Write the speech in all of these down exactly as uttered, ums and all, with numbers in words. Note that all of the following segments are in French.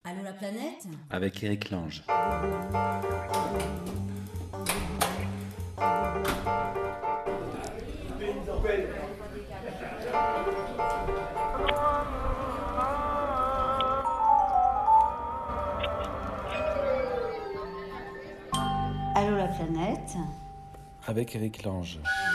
Allô la planète? Avec Eric Lange. Allô la planète? Avec Eric Lange.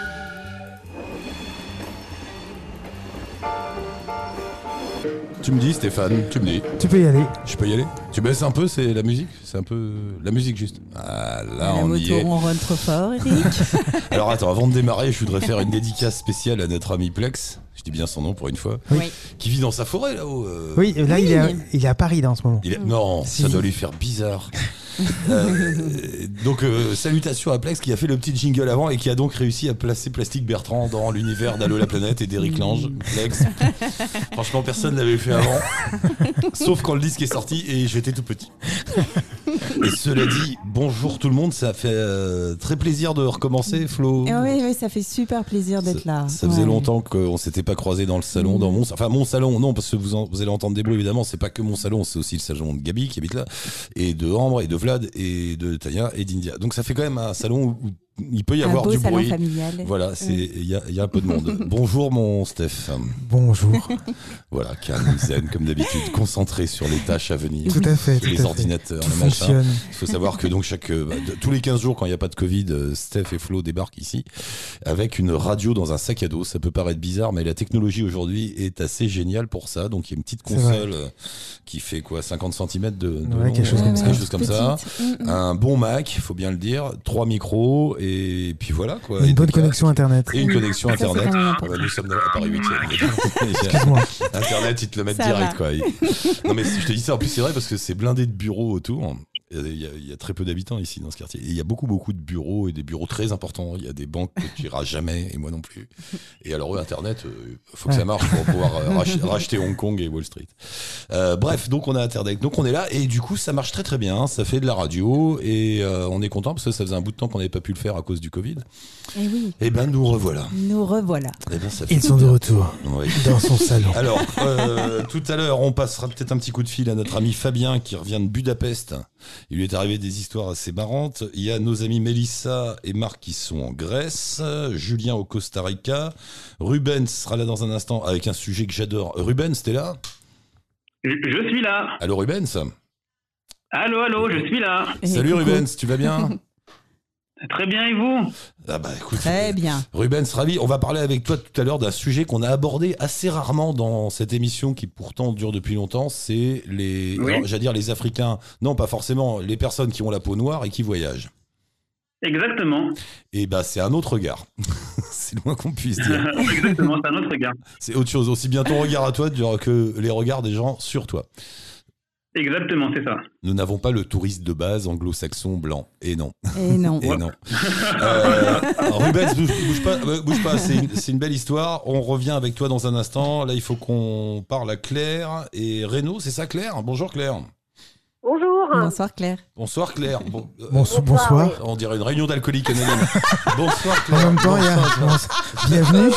Tu me dis, Stéphane, tu me dis. Tu peux y aller. Je peux y aller? Tu baisses un peu, c'est la musique? C'est un peu la musique juste. Ah là, La on moto y est. ronronne trop fort, Eric. Alors attends, avant de démarrer, je voudrais faire une dédicace spéciale à notre ami Plex. Je dis bien son nom pour une fois. Oui. Qui vit dans sa forêt là-haut. euh. Oui, là, Oui. Il, est à, il est à Paris là en ce moment. Il est... Non, Si. ça doit lui faire bizarre. Euh, donc euh, salutations à Plex qui a fait le petit jingle avant et qui a donc réussi à placer Plastique Bertrand dans l'univers d'Allo la planète et d'Eric Lange. Plex, franchement personne ne l'avait fait avant, sauf quand le disque est sorti et j'étais tout petit. Et cela dit, bonjour tout le monde, ça fait euh, très plaisir de recommencer, Flo. Et oui, oui, ça fait super plaisir d'être Ça, là. ça faisait Ouais. longtemps qu'on s'était pas croisés dans le salon, Mmh. dans mon, enfin mon salon, non parce que vous, en- vous allez entendre des bruits évidemment, c'est pas que mon salon, c'est aussi le salon de Gabi qui habite là, et de Ambre et de Vlad et de Tania et d'India. Donc ça fait quand même un salon où il peut y Un avoir beau du salon bruit. familial. Voilà, c'est il y a, il y a un peu de monde. Bonjour mon Steph. Bonjour. Voilà, calme, zen comme d'habitude, concentré sur les tâches à venir. Tout à fait. Tout Les à fait. ordinateurs, Tout le machin. fonctionne. Il faut savoir que donc chaque euh, bah, de- tous les quinze jours quand il n'y a pas de Covid, euh, Steph et Flo débarquent ici avec une radio dans un sac à dos. Ça peut paraître bizarre, mais la technologie aujourd'hui est assez géniale pour ça. Donc il y a une petite C'est console euh, qui fait quoi, cinquante centimètres de, de Ouais, long, quelque chose euh, comme ça. quelque chose comme ça. Petite. Mm, mm. Un bon Mac, il faut bien le dire, trois micros et puis voilà quoi. Et Une bonne des connexion internet. et une connexion Ça, c'est internet. quand même Ah important. bah, nous sommes à Paris huitième. Excuse-moi. Internet, ils te le mettent Ça direct va. quoi. Non mais je te dis ça en plus c'est vrai parce que c'est blindé de bureaux autour. Il y, a, il y a- il y a très peu d'habitants ici dans ce quartier. Et il y a beaucoup beaucoup de bureaux et des bureaux très importants. Il y a des banques que tu iras jamais et moi non plus. Et alors eux, Internet, il faut que ça marche pour pouvoir euh, rach- racheter Hong Kong et Wall Street. Euh, bref, donc on a Internet, donc on est là et du coup ça marche très très bien. Ça fait de la radio et euh, on est content parce que ça faisait un bout de temps qu'on n'avait pas pu le faire à cause du Covid. Et oui, Et ben nous revoilà. nous revoilà. Et ben ça fait Ils sont de bien. retour Oui. dans son salon. Alors, euh, tout à l'heure, on passera peut-être un petit coup de fil à notre ami Fabien qui revient de Budapest. Il lui est arrivé des histoires assez marrantes. Il y a nos amis Mélissa et Marc qui sont en Grèce, Julien au Costa Rica. Ruben sera là dans un instant avec un sujet que j'adore. Ruben, t'es là? Je, je suis là. Allô Rubens. Allô, allô, je suis là. Et Salut coucou. Rubens, tu vas bien? Très bien, et vous? Ah bah écoute, Très bien. Rubens, ravi. On va parler avec toi tout à l'heure d'un sujet qu'on a abordé assez rarement dans cette émission qui pourtant dure depuis longtemps. C'est les, Oui. alors, j'allais dire les Africains. Non, pas forcément. Les personnes qui ont la peau noire et qui voyagent. Exactement. Et bah c'est un autre regard. C'est le moins qu'on puisse dire. Exactement, c'est un autre regard. C'est autre chose. Aussi bien ton regard à toi que les regards des gens sur toi. Exactement, c'est ça. Nous n'avons pas le touriste de base anglo-saxon blanc. Et non. Et non. Et non. Euh, Rubens, bouge, bouge pas, euh, bouge pas. C'est une, c'est une belle histoire. On revient avec toi dans un instant. Là, il faut qu'on parle à Claire et Renaud. C'est ça, Claire? Bonjour, Claire. Bonjour. Bonsoir Claire. Bonsoir, Claire. Bon, euh, Bonsoir. Bonsoir, Bonsoir. oui. on dirait une réunion d'alcooliques anonymes. Bonsoir, En Claire. même temps, il y a. Bonsoir. Bienvenue.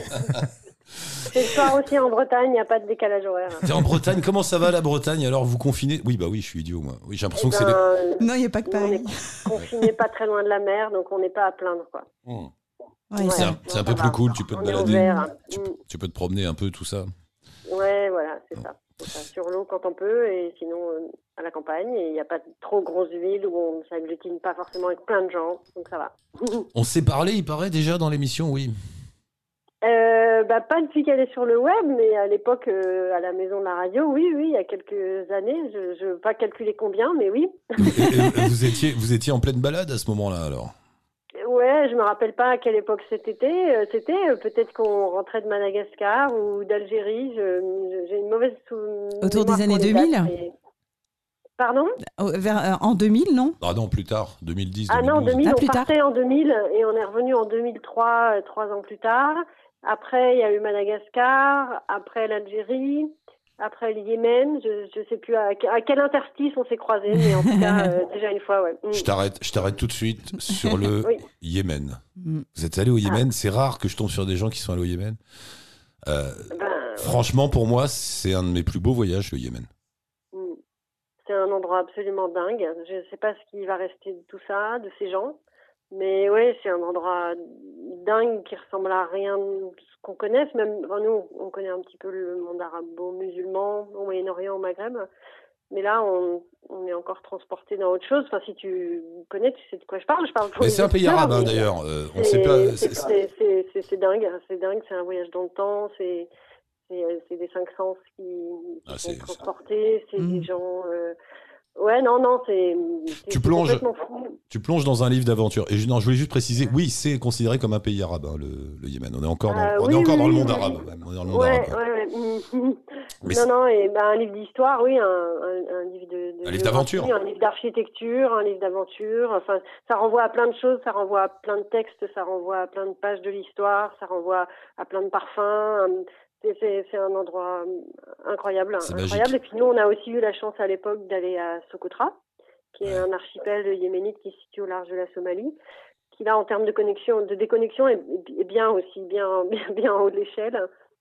C'est le soir aussi en Bretagne, il n'y a pas de décalage horaire. T'es en Bretagne. Comment ça va, la Bretagne? Alors, vous confinez? Oui, bah oui, je suis idiot, moi. Oui, j'ai l'impression Eh que c'est les... ben, Non, il n'y a pas que nous, on Paris. est confinés pas très loin de la mer, donc on n'est pas à plaindre, quoi. Mmh. Ouais, Ouais. C'est un, non, c'est un ça peu va. plus cool. Tu peux te On est au balader. vert. Tu, Mm. tu peux te promener un peu, tout ça. Ouais, voilà, c'est ça. C'est ça. Sur l'eau quand on peut, et sinon euh, à la campagne. Et il n'y a pas de trop grosses villes où on ne s'agglutine pas forcément avec plein de gens, donc ça va. On s'est parlé, il paraît, déjà dans l'émission, oui. Euh, bah, pas depuis qu'elle est sur le web, mais à l'époque, euh, à la maison de la radio, oui, oui, il y a quelques années. Je ne veux pas calculer combien, mais oui. Et- et- et vous, étiez, vous étiez en pleine balade à ce moment-là, alors? Ouais, je me rappelle pas à quelle époque c'était. Euh, C'était euh, peut-être qu'on rentrait de Madagascar ou d'Algérie. Je- je- J'ai une mauvaise sou- Autour mémoire des années pour les deux mille? dates, mais- Pardon? Oh, vers, euh, en deux mille, non? Ah non, plus tard, deux mille dix, Ah non, deux mille douze. deux mille, Ah, on plus tard. partait en deux mille et on est revenu en deux mille trois, euh, trois ans plus tard. Après, il y a eu Madagascar, après l'Algérie, après le Yémen. Je ne sais plus à, à quel interstice on s'est croisés, mais en tout cas, euh, déjà une fois, ouais. Mm. Je t'arrête, je t'arrête tout de suite sur le Oui. Yémen. Mm. Vous êtes allé au Yémen? C'est rare que je tombe sur des gens qui sont allés au Yémen. Euh, Ben, franchement, pour moi, c'est un de mes plus beaux voyages, le Yémen. mm. absolument dingue. Je ne sais pas ce qui va rester de tout ça, de ces gens. Mais ouais, c'est un endroit dingue qui ressemble à rien de ce qu'on connaisse. Même enfin, nous, on connaît un petit peu le monde arabo-musulman au Moyen-Orient, au Maghreb. Mais là, on, on est encore transporté dans autre chose. Enfin, si tu connais, tu sais de quoi je parle. Je parle pour Mais les c'est un pays auditeurs, arabe, hein, mais d'ailleurs. Euh, on c'est- sait pas. C'est c'est- c'est- c'est- c'est- c'est dingue. C'est dingue. C'est un voyage dans le temps. C'est c'est c'est des cinq sens qui, qui Ah, sont c'est- transportés. C'est Mm. des gens. euh, Ouais, non, non, c'est. c'est- Tu c'est plonges- complètement fou. Tu plonges dans un livre d'aventure. Et je, non, je voulais juste préciser, oui, c'est considéré comme un pays arabe, hein, le, le Yémen. On est encore dans, Euh, on oui, est encore oui, dans le oui, monde oui. arabe. même. On est dans le monde Ouais, arabe. ouais, ouais. Mhm. Mais non, c'est- non, et ben, un livre d'histoire, oui, un, un, un livre de, de Un livre géographie, d'aventure. un livre d'architecture, un livre d'aventure. Enfin, ça renvoie à plein de choses, ça renvoie à plein de textes, ça renvoie à plein de pages de l'histoire, ça renvoie à plein de parfums. C'est, c'est, c'est un endroit incroyable, C'est incroyable. magique. Et puis nous, on a aussi eu la chance à l'époque d'aller à Socotra, qui est Ouais. un archipel yéménite qui se situe au large de la Somalie, qui là, en termes de connexion, de déconnexion, est, est bien aussi, bien, bien, bien en haut de l'échelle.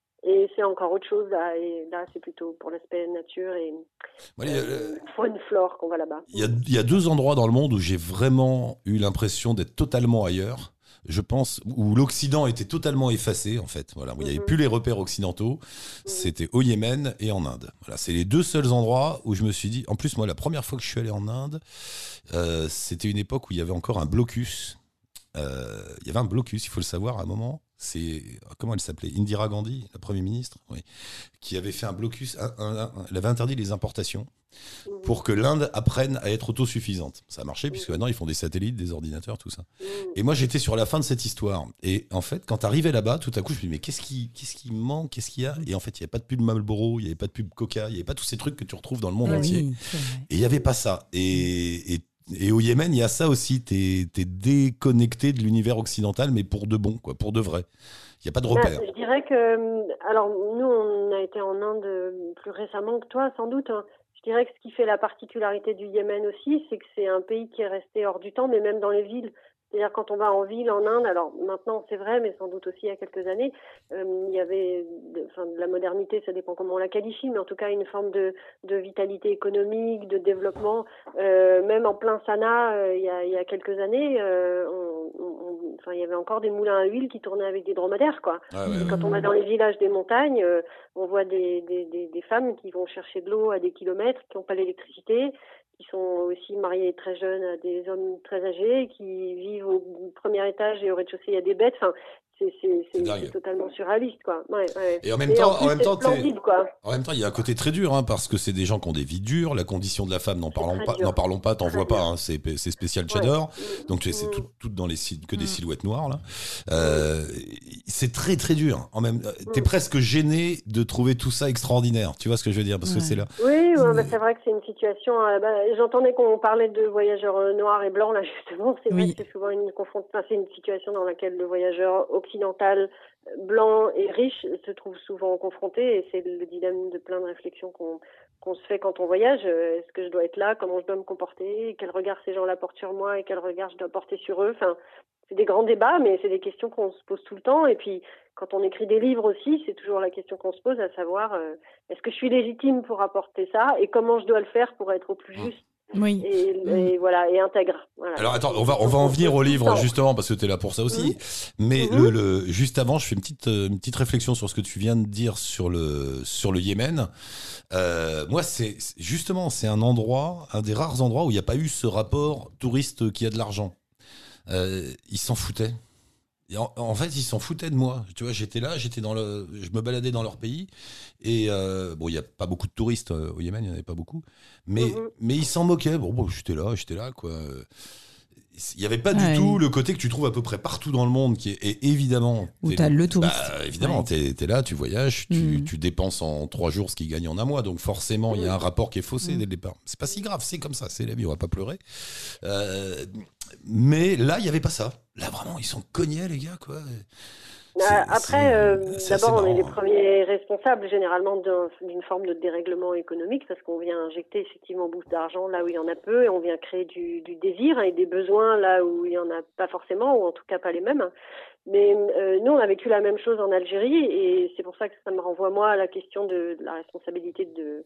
Et c'est encore autre chose là. Et là, c'est plutôt pour l'aspect nature et Moi, il y a- euh, faune flore qu'on va là-bas. Il y, a, il y a deux endroits dans le monde où j'ai vraiment eu l'impression d'être totalement ailleurs. Je pense où l'Occident était totalement effacé en fait. Voilà, où il n'y avait Mhm. plus les repères occidentaux. C'était au Yémen et en Inde. Voilà, c'est les deux seuls endroits où je me suis dit. En plus, moi, la première fois que je suis allé en Inde, euh, c'était une époque où il y avait encore un blocus. Euh, il y avait un blocus, il faut le savoir, à un moment. C'est comment elle s'appelait, Indira Gandhi, la première ministre, oui, qui avait fait un blocus. Un, un, un, elle avait interdit les importations Mhm. pour que l'Inde apprenne à être autosuffisante. Ça a marché, puisque maintenant ils font des satellites, des ordinateurs, tout ça. Mhm. Et moi j'étais sur la fin de cette histoire. Et en fait, quand t'arrivais là-bas, tout à coup, je me dis, mais qu'est-ce qui, qu'est-ce qui manque, qu'est-ce qu'il y a? Et en fait, il n'y avait pas de pub Marlboro, il n'y avait pas de pub Coca, il n'y avait pas tous ces trucs que tu retrouves dans le monde Eh entier. oui, c'est vrai. Et il n'y avait pas ça. Et, et, et au Yémen, il y a ça aussi. T'es es déconnecté de l'univers occidental, mais pour de bon, quoi, pour de vrai. Il n'y a pas de Bah, repères. je dirais que, euh, alors nous, on a été en Inde euh, plus récemment que toi, sans doute. Hein. Je dirais que ce qui fait la particularité du Yémen aussi, c'est que c'est un pays qui est resté hors du temps, mais même dans les villes. C'est-à-dire quand on va en ville en Inde, alors maintenant c'est vrai, mais sans doute aussi il y a quelques années, euh, il y avait, de, enfin, de la modernité, ça dépend comment on la qualifie, mais en tout cas une forme de, de vitalité économique, de développement. Euh, même en plein Sanaa, euh, il, y a, il y a quelques années, euh, on, on, enfin, il y avait encore des moulins à huile qui tournaient avec des dromadaires, quoi. Ouais, ouais, Et ouais. quand on va dans les villages des montagnes, euh, on voit des, des, des, des femmes qui vont chercher de l'eau à des kilomètres, qui n'ont pas l'électricité, qui sont aussi mariées très jeunes à des hommes très âgés, qui vivent au premier étage et au rez-de-chaussée il y a des bêtes. Enfin, c'est, c'est, C'est c'est, dingue. c'est totalement surréaliste, quoi. Ouais, ouais. Et en même Et temps, plus, en même c'est temps, t'es- splendide, quoi. En même temps, il y a un côté très dur, hein, parce que c'est des gens qui ont des vies dures. La condition de la femme, n'en parlons très pas, dur. n'en parlons pas, t'en Très vois dur. pas. Hein, c'est, c'est spécial Ouais. cheddar. Mm. Donc tu sais, c'est Mm. tout, tout dans les sil- que des Mm. silhouettes noires là. Euh, c'est très très dur. En même, t'es Mm. presque gêné de trouver tout ça extraordinaire. Tu vois ce que je veux dire? Parce que Ouais. c'est là. Oui, ouais, Mais- bah, c'est vrai que c'est une situation. euh, bah, j'entendais qu'on parlait de voyageurs euh, noirs et blancs là justement. C'est vrai Oui. que c'est souvent une confront- enfin, c'est une situation dans laquelle le voyageur occidental euh, blanc et riche se trouve souvent confronté, et c'est le dilemme de plein de réflexions qu'on qu'on se fait quand on voyage. Euh, Est-ce que je dois être là? Comment je dois me comporter? Quel regard ces gens-là portent sur moi et quel regard je dois porter sur eux? Enfin, c'est des grands débats, mais c'est des questions qu'on se pose tout le temps. Et puis, quand on écrit des livres aussi, c'est toujours la question qu'on se pose, à savoir, euh, est-ce que je suis légitime pour apporter ça et comment je dois le faire pour être au plus Mmh. juste Oui. et, et voilà, et intègre. Voilà. Alors attends, on va on va en venir au livre justement parce que tu es là pour ça aussi. Mais Mhm. le, le- juste avant, je fais une petite euh, une petite réflexion sur ce que tu viens de dire sur le sur le Yémen. Euh, moi, c'est c'est- justement c'est un endroit, un des rares endroits où il n'y a pas eu ce rapport touriste qui a de l'argent. Euh, ils s'en foutaient. Et en, en fait, ils s'en foutaient de moi. Tu vois, j'étais là, j'étais dans le, je me baladais dans leur pays. Et euh, bon, il n'y a pas beaucoup de touristes euh, au Yémen, il n'y en avait pas beaucoup. Mais, Mhm. mais ils s'en moquaient. Bon, bon, j'étais là, j'étais là, quoi. Il n'y avait pas Ouais. du tout le côté que tu trouves à peu près partout dans le monde, qui est et évidemment. Où t'es- t'as le touriste. Bah, évidemment, Ouais. t'es, t'es là, tu voyages, tu, Mhm. tu dépenses en trois jours ce qu'ils gagnent en un mois. Donc forcément, il y a un rapport qui est faussé Mhm. dès le départ. C'est pas si grave, c'est comme ça, c'est la vie, on va pas pleurer. Euh, mais là, il n'y avait pas ça. Là, vraiment, ils sont cognés, les gars, quoi. Euh, C'est- Après, c'est- euh, c'est assez d'abord, on est marrant, les hein. premiers responsables généralement d'un- d'une forme de dérèglement économique parce qu'on vient injecter effectivement beaucoup d'argent là où il y en a peu et on vient créer du, du désir et des besoins là où il y en a pas forcément ou en tout cas pas les mêmes. Mais euh, nous, on a vécu la même chose en Algérie et c'est pour ça que ça me renvoie moi à la question de, de la responsabilité de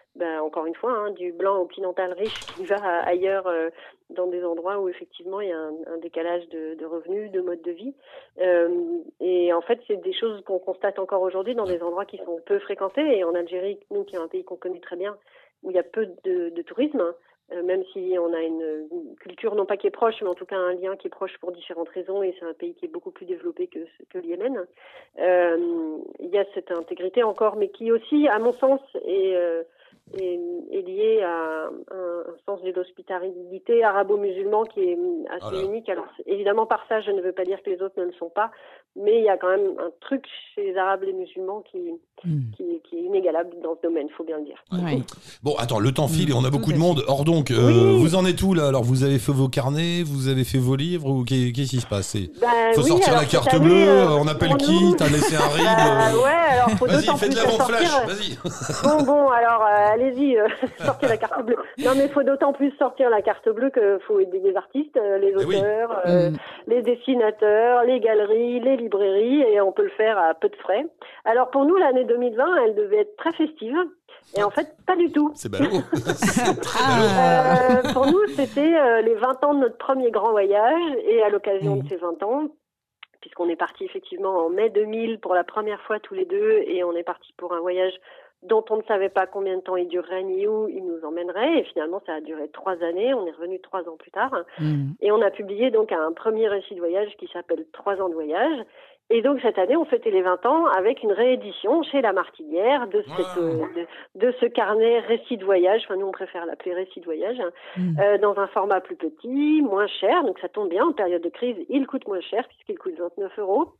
ben, encore une fois, hein, du blanc occidental riche qui va ailleurs euh, dans des endroits où effectivement il y a un, un décalage de, de revenus, de mode de vie. Euh, et en fait, c'est des choses qu'on constate encore aujourd'hui dans des endroits qui sont peu fréquentés. Et en Algérie, nous qui est un pays qu'on connaît très bien, où il y a peu de, de tourisme, hein, euh, même si on a une, une culture non pas qui est proche, mais en tout cas un lien qui est proche pour différentes raisons. Et c'est un pays qui est beaucoup plus développé que, que le Yémen. Euh, il y a cette intégrité encore, mais qui aussi, à mon sens, est... Euh, Est, est lié à un, un sens de l'hospitalité arabo-musulman qui est assez Voilà. unique. Alors évidemment par ça je ne veux pas dire que les autres ne le sont pas, mais il y a quand même un truc chez les arabes et les musulmans qui, Mm. qui, qui est inégalable dans ce domaine, il faut bien le dire. Ouais. Bon, attends, le temps file et on a Tout beaucoup à de fait. monde. Or donc, euh, Oui. vous en êtes où là? Alors, vous avez fait vos carnets, vous avez fait vos livres ou qu'est- qu'est-ce qui se passe? C'est- Ben, Faut oui, sortir alors, la cette carte année, bleue, euh, on appelle pour qui? nous- T'as laissé un rib? Bah, euh, ouais, alors faut Vas-y, d'autant fais plus de la la vente flash, sortir. vas-y. Bon, bon, alors euh, allez-y, euh, sortez la carte bleue. Non, mais il faut d'autant plus sortir la carte bleue qu'il faut aider les artistes, euh, les Eh oui. auteurs, euh, Mm. les dessinateurs, les galeries, les librairies, et on peut le faire à peu de frais. Alors pour nous, l'année deux mille vingt, elle devait être très festive, et en fait, pas du tout. C'est ballot. C'est très ballot. Ah. Euh, pour nous, c'était euh, les vingt ans de notre premier grand voyage, et à l'occasion Oui. de ces vingt ans, puisqu'on est parti effectivement en mai deux mille pour la première fois tous les deux, et on est parti pour un voyage dont on ne savait pas combien de temps il durerait ni où il nous emmènerait, et finalement ça a duré trois années, on est revenu trois ans plus tard, Mm. et on a publié donc un premier récit de voyage qui s'appelle Trois ans de voyage. Et donc cette année, on fêtait les vingt ans avec une réédition chez La Martinière de, cette, Wow. euh, de, de ce carnet récit de voyage, enfin nous on préfère l'appeler récit de voyage, hein, Mm. euh, dans un format plus petit, moins cher, donc ça tombe bien, en période de crise, il coûte moins cher puisqu'il coûte vingt-neuf euros.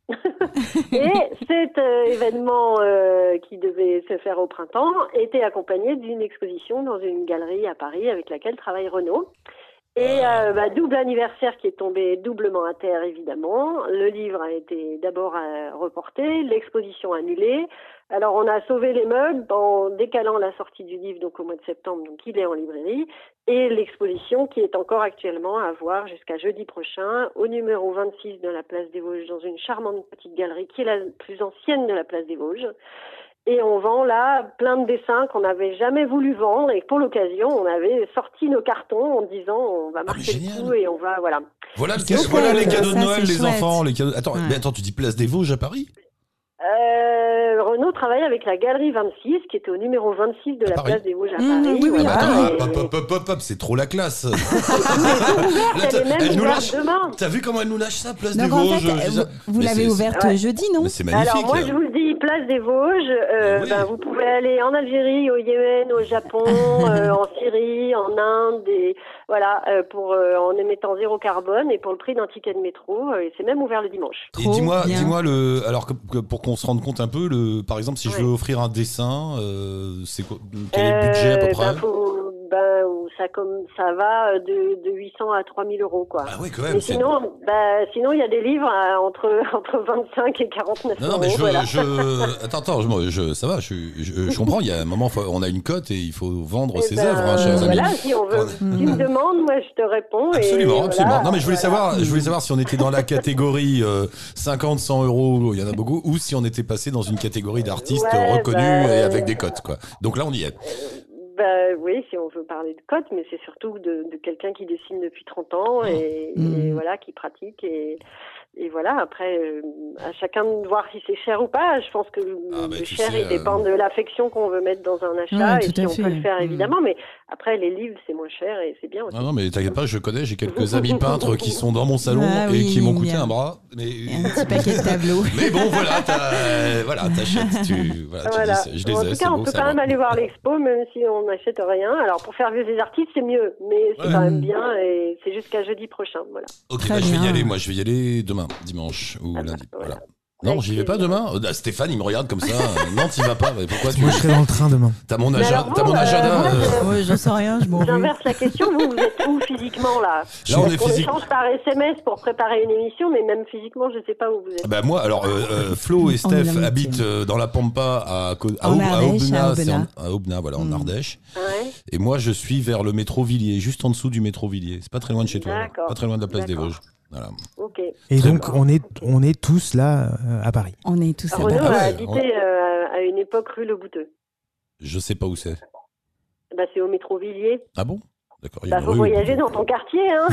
Et cet euh, événement euh, qui devait se faire au printemps était accompagné d'une exposition dans une galerie à Paris avec laquelle travaille Renaud. Et euh, bah, double anniversaire qui est tombé doublement à terre, évidemment. Le livre a été d'abord euh, reporté, l'exposition annulée. Alors, on a sauvé les meubles en décalant la sortie du livre donc au mois de septembre, donc il est en librairie. Et l'exposition qui est encore actuellement à voir jusqu'à jeudi prochain au numéro vingt-six de la Place des Vosges, dans une charmante petite galerie qui est la plus ancienne de la Place des Vosges. Et on vend là plein de dessins qu'on n'avait jamais voulu vendre, et pour l'occasion, on avait sorti nos cartons en disant on va Ah, mais marquer le génial. coup et on va voilà. Voilà, le C'est cadeau- voilà les chouette, cadeaux de ça, Noël, c'est les chouette. enfants. Les cadeaux... Attends, Ouais. mais attends, tu dis Place des Vosges à Paris? Euh, Renaud travaille avec la galerie vingt-six qui était au numéro vingt-six de À la Paris. Place des Vosges à Mmh, Paris. oui, oui, Ah, à bah, Paris. attends, et- hop, hop, hop, hop, hop, c'est trop la classe. Elle est même Elle nous ouverte lâche. demain. T'as vu comment elle nous lâche ça, Place Donc des en Vosges? fait, je dis ça. vous, vous Mais l'avez c'est- ouverte ouais. jeudi, non? Mais c'est magnifique. Alors moi je vous le dis, Place des Vosges, euh, Oui. ben, vous pouvez aller en Algérie, au Yémen, au Japon, euh, en Syrie, en Inde, et voilà, euh, pour euh, en émettant zéro carbone et pour le prix d'un ticket de métro, euh, et c'est même ouvert le dimanche. Et Trop dis-moi, bien. dis-moi le, alors que, que pour qu'on se rende compte un peu, le, par exemple, si je Ouais. veux offrir un dessin, euh, c'est quoi, quel est le budget à peu Euh, près? ben, faut- ben, ça comme ça va de, de huit cents à trois mille euros quoi. Ah ouais, quand Mais même. c'est- sinon, ben, sinon il y a des livres à, entre entre vingt-cinq et quarante-neuf Non, euros. non, mais je, voilà. je, attends, attends, je, je- ça va, je, je, je comprends. Il y a un moment, faut- on a une cote et il faut vendre Eh ses ben, œuvres, hein, chers voilà, amis. si on veut, On est- si tu me demandes, moi je te réponds. Absolument, et absolument. voilà, Non, mais je voulais voilà. savoir, je voulais savoir si on était dans la catégorie euh, cinquante, cent euros, il y en a beaucoup, ou si on était passé dans une catégorie d'artistes Ouais, reconnus bah, et avec des cotes, quoi. Donc là, on y est. Bah oui, si on veut parler de cote, mais c'est surtout de, de quelqu'un qui dessine depuis trente ans et, Mmh. et voilà, qui pratique et, et voilà. Après, euh, à chacun de voir si c'est cher ou pas. Je pense que le, Ah, bah, le tu cher, sais, il dépend euh, de l'affection qu'on veut mettre dans un achat Ouais, et tout si à on fait. peut le faire Mmh. évidemment. Mais après, les livres, c'est moins cher et c'est bien aussi. Non, non, mais t'inquiète pas, je connais, j'ai quelques amis peintres qui sont dans mon salon Ah et oui, qui m'ont coûté bien. un bras. Mais, Et un petit paquet de tableaux. mais bon, voilà, t'as- euh, voilà, t'achètes, tu, voilà, tu Voilà. dis, je les en ai, tout c'est cas, on beau, peut ça quand va. même aller voir l'expo, même si on n'achète rien. Alors, pour faire vivre les artistes, c'est mieux, mais c'est Ouais. quand même Mm. bien et c'est jusqu'à jeudi prochain. Voilà. Ok, Très bah, je vais y bien. aller, moi, je vais y aller demain, dimanche ou Ah bah, lundi. voilà. Voilà. Non, Avec j'y vais pas plaisir. demain. Euh, Stéphane, il me regarde comme ça. Euh, non, t'y vas pas. Mais pourquoi tu Moi, je serai dans le train demain. T'as mon, Mais agenda, alors, t'as mon vous, euh, agenda. moi, euh, Ouais, j'en sais rien, je m'en vais. J'inverse la question. Vous, vous êtes où physiquement là Là, on est On physique. échange par S M S pour préparer une émission, mais même physiquement, je ne sais pas où vous êtes. Bah moi, alors euh, euh, Flo et On est Steph dans le habitent métier. euh, dans la Pampa à, Co- à, En Aub- à Ardèche, Aubenas, à c'est Aubenas. en- à Aubenas, voilà, en Mm. Ardèche. Ouais. Et moi, je suis vers le métro Villiers, juste en dessous du métro Villiers. C'est pas très loin de chez toi, là. D'accord. Pas très loin de la place des D'accord. Vosges. Voilà. Ok. Et Très donc, on est, on est tous là euh, à Paris. On est tous à Renaud Ah a ouais, habité euh, à une époque rue Le Bouteux. Je sais pas où c'est. Bah, c'est au métro Villiers. Ah bon? D'accord. il y a Bah, une faut rue- voyager dans ton quartier, hein.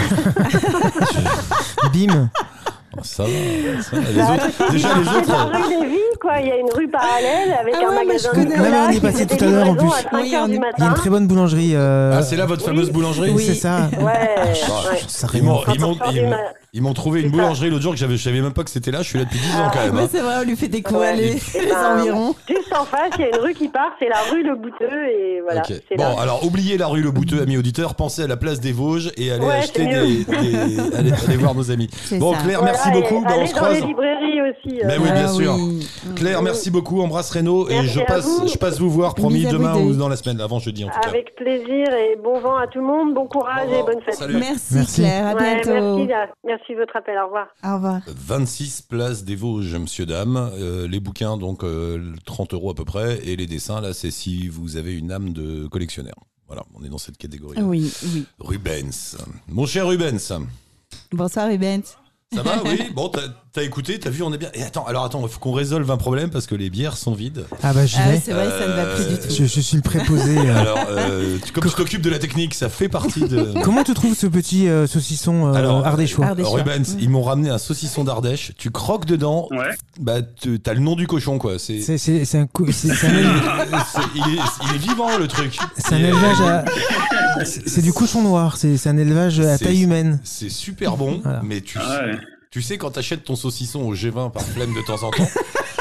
Bim. Oh, ça va. Ça va. Les Bah, autres, déjà les c'est la autres. rue des Villes, quoi. Il y a une rue parallèle avec Ah un ouais, mais je magasin connais. de Non, mais chocolat on y est qui passé fait tout des à l'heure, en livraisons plus. à cinq Oui, heures on du est- Il y a matin. une très bonne boulangerie. euh, Ah, c'est là votre fameuse Oui. boulangerie? Oui, c'est ça. Ouais, Ah, ouais. Ça Ils m'ont, rien. ils m'ont- Quand on sort ils du m'ont- ma- ils m'ont trouvé une C'est ça. boulangerie l'autre jour que j'avais, je savais même pas que c'était là. Je suis là depuis dix ans quand même. Ouais, hein. c'est vrai, on lui fait découvrir Ouais. les, Eh les ben, environs. Juste en face, il y a une rue qui part, c'est la rue Le Bouteux et voilà. Ok. C'est Bon, là. alors oubliez la rue Le Bouteux, amis auditeurs, pensez à la place des Vosges et allez Ouais, acheter c'est des, des- allez, allez voir nos amis. C'est Bon, ça. Claire, Voilà, merci et beaucoup. Bah, on allez se dans croise. les librairies aussi. Mais euh, oui, bien Ah sûr. oui. Claire, merci beaucoup. Embrasse Renaud et Merci je à passe, vous. je passe vous voir, promis, Bisous à vous demain deux. ou dans la semaine, avant jeudi en tout cas. Avec plaisir et bon vent à tout le monde, bon courage Bon vent. et bonne fête. Salut. Merci, Merci. Claire, à Ouais, bientôt. merci, là. merci de votre appel, au revoir. Au revoir. vingt-six place des Vosges, monsieur, dame. Euh, les bouquins, donc euh, trente euros à peu près. Et les dessins, là, c'est si vous avez une âme de collectionneur. Voilà, on est dans cette catégorie. Oui, oui. Rubens. Mon cher Rubens, Bonsoir, Rubens. ça va? Oui. Bon, t'as, t'as écouté, t'as vu, on est bien. Et attends, alors attends, il faut qu'on résolve un problème parce que les bières sont vides. Ah bah j'y Ah, vais. c'est vrai, ça ne va plus du tout. Je, je suis le préposé. euh. Alors, euh, tu- comme tu t'occupes de la technique, ça fait partie de. Comment tu trouves ce petit euh, saucisson euh, Alors, ardéchois Ardéchois. Rubens, ils m'ont ramené un saucisson d'Ardèche. Tu croques dedans, Ouais. bah tu- t'as le nom du cochon quoi. C'est, C'est c'est- c'est un, cou- c'est- c'est un éle- c'est- il, est, il est vivant le truc. c'est un Et, élevage euh, à. C'est c'est du cochon noir. C'est c'est un élevage à C'est- taille humaine. C'est super bon, Voilà. mais tu, Ah ouais. tu sais quand t'achètes ton saucisson au G vingt par flemme de temps en temps,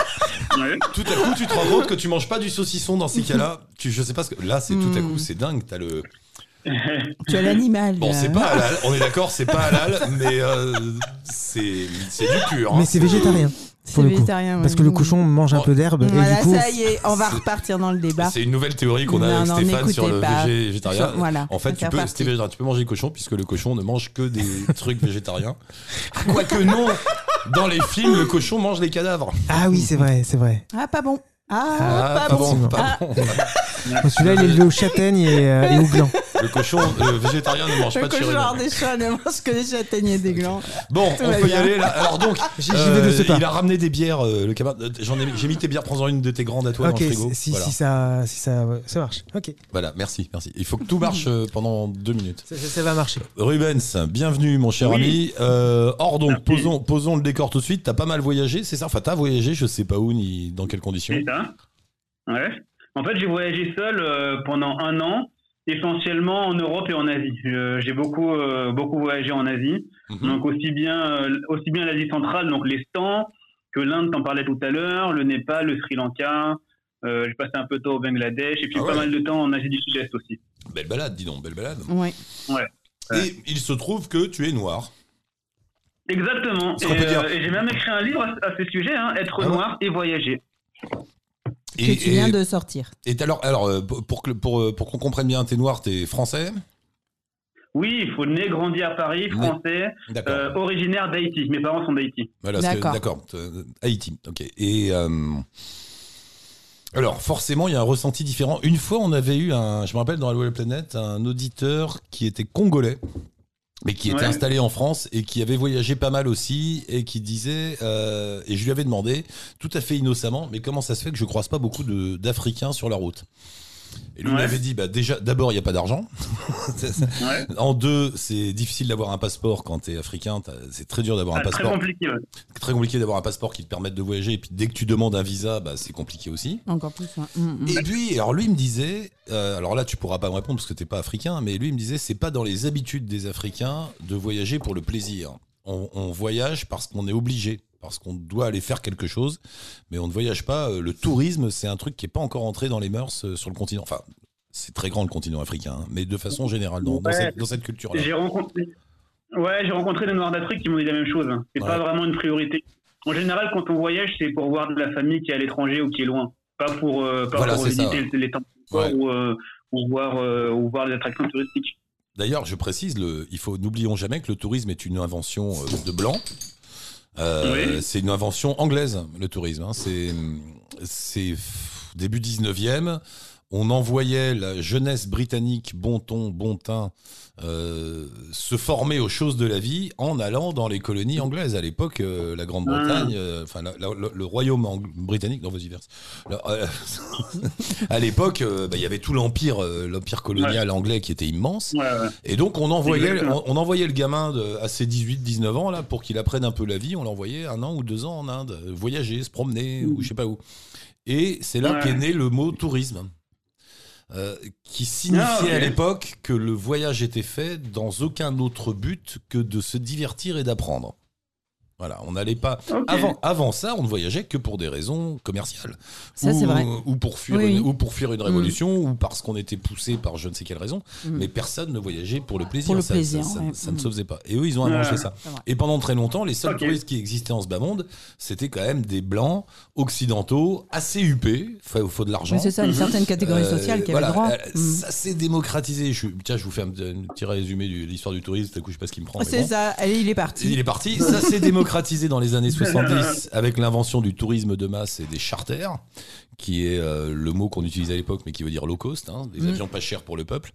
Ouais. tout à coup tu te rends compte que tu manges pas du saucisson dans ces cas-là. Tu, je sais pas ce que là c'est tout à coup c'est dingue. T'as le Tu as l'animal. bon là. c'est pas halal, on est d'accord c'est pas halal, mais euh, c'est c'est du pur. hein. Mais c'est végétarien. C'est pour le coup. végétarien. Parce ouais. que le cochon mange un peu d'herbe. Et Voilà, du coup. ça y est, on va repartir dans le débat. C'est une nouvelle théorie qu'on a Non, avec non, Stéphane sur le n'écoutez pas. végé- végétarien. Voilà, En fait, ça tu fait peux, partie. c'était végétarien, tu peux manger le cochon puisque le cochon ne mange que des trucs végétariens. Quoique non, dans les films, le cochon mange les cadavres. Ah oui, c'est vrai, c'est vrai. Ah, pas bon. Ah, Ah, pas, bon. bon. pas bon. Bon, Celui-là, il est élevé aux châtaignes et, euh, et au gland. Le cochon, le végétarien ne mange Le pas de cochon chérubin. ardéchois ne mange que des châtaignes et des glands. Bon, Tout on va peut y bien. aller là. Alors donc, J'y j'y vais de ce pas. il a ramené des bières, euh, le camarade. euh, J'en ai, j'ai mis tes bières, prends-en une de tes grandes à toi Ok, dans le frigo. si, voilà. si ça, si ça, ouais, ça marche. Ok, Voilà, merci, merci. Il faut que tout marche euh, pendant deux minutes. ça, ça- ça va marcher. Rubens, bienvenue mon cher Oui. ami. Euh, or donc, Merci. posons, posons le décor tout de suite. T'as pas mal voyagé, c'est ça? Enfin, t'as voyagé, je sais pas où ni dans quelles conditions. C'est ça. Ouais. En fait, j'ai voyagé seul euh, pendant un an, essentiellement en Europe et en Asie. Je- j'ai beaucoup, euh, beaucoup voyagé en Asie. Mhm. Donc aussi bien, euh, aussi bien l'Asie centrale, donc les stands, que l'Inde, t'en parlais tout à l'heure, le Népal, le Sri Lanka. Euh, j'ai passé un peu de temps au Bangladesh et puis Ah ouais. pas mal de temps en Asie du Sud-Est aussi. Belle balade, dis donc, belle balade. Ouais. Ouais. Et il se trouve que tu es noir. Exactement. Ce Et, qu'on peut dire. euh, et j'ai même écrit un livre à, à ce sujet, hein, Être Ah ouais. noir et voyager. Et, Que tu viens et- de sortir. et alors, alors euh, pour, que- pour, euh, pour qu'on comprenne bien, t'es noir, t'es français? Oui, il faut né, grandi à Paris, français, D'accord. euh, originaire d'Haïti. Mes parents sont d'Haïti. Voilà, c'est- D'accord. d'accord. Euh, Haïti, ok. Et euh, alors, forcément, il y a un ressenti différent. Une fois, on avait eu un, je me rappelle dans Allo la planète, un auditeur qui était congolais, mais qui était Ouais. installé en France et qui avait voyagé pas mal aussi et qui disait, euh, et je lui avais demandé, tout à fait innocemment, mais comment ça se fait que je croise pas beaucoup de- d'Africains sur la route? Et lui Ouais. m'avait dit, bah déjà, d'abord, il n'y a pas d'argent. Ouais. En deux, c'est difficile d'avoir un passeport quand tu es africain. t'as- C'est très dur d'avoir Ah, un très passeport. compliqué. Ouais. Très compliqué d'avoir un passeport qui te permette de voyager. Et puis dès que tu demandes un visa, bah, c'est compliqué aussi. Encore plus. Ouais. Mm, mm. Et puis, alors lui il me disait, euh, alors là tu pourras pas me répondre parce que t'es pas africain, mais lui il me disait, c'est pas dans les habitudes des Africains de voyager pour le plaisir. On, on voyage parce qu'on est obligé, parce qu'on doit aller faire quelque chose, mais on ne voyage pas. Euh, Le tourisme, c'est un truc qui est pas encore entré dans les mœurs euh, sur le continent. Enfin, c'est très grand le continent africain, hein, mais de façon générale, dans, dans Ouais. cette, dans cette culture-là. J'ai rencontré, ouais, j'ai rencontré des Noirs d'Afrique qui m'ont dit la même chose. hein. C'est Ouais. pas vraiment une priorité. En général, quand on voyage, c'est pour voir de la famille qui est à l'étranger ou qui est loin, pas pour, euh, pas Voilà, pour c'est ça. visiter les temples Ouais. ou, euh, ou voir, euh, ou voir les attractions touristiques. D'ailleurs, je précise, le, il faut n'oublions jamais que le tourisme est une invention euh, de blanc. Euh, Oui. C'est une invention anglaise, le tourisme. hein. C'est, c'est f- début dix-neuvième. on envoyait la jeunesse britannique, bon ton, bon teint, euh, se former aux choses de la vie en allant dans les colonies anglaises. À l'époque, euh, la Grande-Bretagne, euh, enfin la, la, le, le royaume ang- britannique, non, vas-y, verse. Là, euh, à l'époque, euh, bah, il y avait tout l'empire, euh, l'empire colonial ouais. anglais qui était immense. Ouais, ouais. Et donc, on envoyait, on, on envoyait le gamin de, à ses dix-huit dix-neuf ans là, pour qu'il apprenne un peu la vie. On l'envoyait un an ou deux ans en Inde, voyager, se promener, mmh. ou je sais pas où. Et c'est là ouais. qu'est né le mot tourisme. Euh, qui signifiait ah, okay. à l'époque que le voyage était fait dans aucun autre but que de se divertir et d'apprendre. Voilà, on n'allait pas. Okay. Avant, avant ça, on ne voyageait que pour des raisons commerciales. Ça, ou, c'est vrai. Ou pour fuir, oui. une, ou pour fuir une révolution, mmh. ou parce qu'on était poussé par je ne sais quelle raison. Mmh. Mais personne ne voyageait pour le plaisir. Pour le ça, plaisir, ça, ça, ouais. ça mmh. ne se faisait pas. Et eux, ils ont arrangé ouais. ça. Et pendant très longtemps, les seuls okay. touristes qui existaient en ce bas monde, c'était quand même des blancs occidentaux assez huppés. Il faut, faut de l'argent. Mais c'est ça, une certaine catégorie sociale euh, qui voilà, avait droit. Euh, mmh. Ça s'est démocratisé. Je, tiens, je vous fais un, un petit résumé de l'histoire du tourisme. Tout à coup, je sais pas ce qui me prend. C'est bon. ça. Allez, il est parti. Il est parti. Ça s'est démocratisé dans les années soixante-dix avec l'invention du tourisme de masse et des charters, qui est euh, le mot qu'on utilisait à l'époque, mais qui veut dire low cost, hein, des mmh. avions pas chers pour le peuple.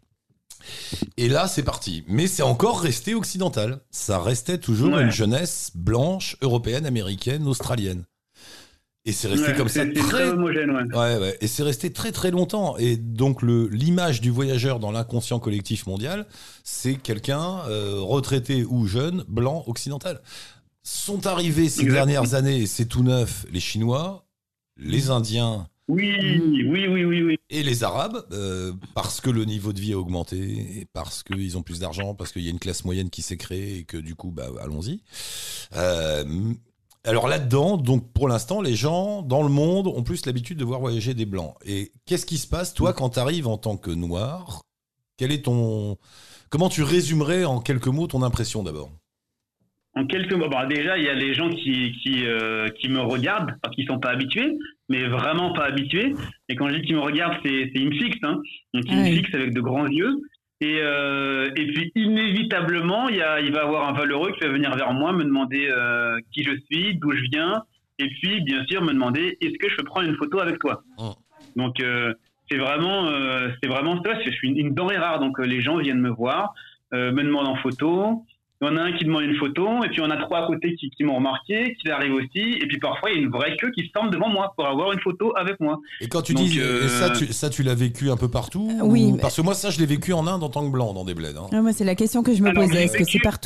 Et là, c'est parti. Mais c'est encore resté occidental. Ça restait toujours ouais. une jeunesse blanche, européenne, américaine, australienne. Et c'est resté ouais, comme c'est, ça c'est très... très homogène, ouais. Ouais, ouais. Et c'est resté très très longtemps. Et donc le, l'image du voyageur dans l'inconscient collectif mondial, c'est quelqu'un euh, retraité ou jeune, blanc, occidental. Sont arrivés ces Exactement. dernières années, et c'est tout neuf, les Chinois, les Indiens, oui, oui, oui, oui, oui. et les Arabes, euh, parce que le niveau de vie a augmenté, et parce qu'ils ont plus d'argent, parce qu'il y a une classe moyenne qui s'est créée, et que du coup, bah, allons-y. Euh, alors là-dedans, donc pour l'instant, les gens dans le monde ont plus l'habitude de voir voyager des Blancs. Et qu'est-ce qui se passe, toi, quand tu arrives en tant que Noir ? Quel est ton... Comment tu résumerais en quelques mots ton impression d'abord ? En quelques mots, bon, déjà, il y a les gens qui, qui, euh, qui me regardent, parce qu'ils ne sont pas habitués, mais vraiment pas habitués. Et quand je dis qu'ils me regardent, c'est, c'est ils me fixent. Hein. Donc, ils ah, me oui. fixent avec de grands yeux. Et, euh, et puis, inévitablement, il, y a, il va y avoir un valeureux qui va venir vers moi, me demander euh, qui je suis, d'où je viens. Et puis, bien sûr, me demander est-ce que je peux prendre une photo avec toi ? oh. Donc, euh, c'est vraiment, euh, c'est vraiment ça. Je suis une, une denrée rare. Donc, euh, les gens viennent me voir, euh, me demandent en photo. Il y en a un qui demande une photo, et puis on a trois à côté qui, qui m'ont remarqué, qui arrivent aussi, et puis parfois il y a une vraie queue qui se forme devant moi pour avoir une photo avec moi. Et quand tu Donc, dis euh... ça, tu, ça, tu l'as vécu un peu partout euh, Oui. ou... Mais... Parce que moi, ça, je l'ai vécu en Inde en tant que blanc dans des bleds. Hein. Ah, moi, c'est la question que je me Alors, posais. Est-ce vécu... que c'est partout ?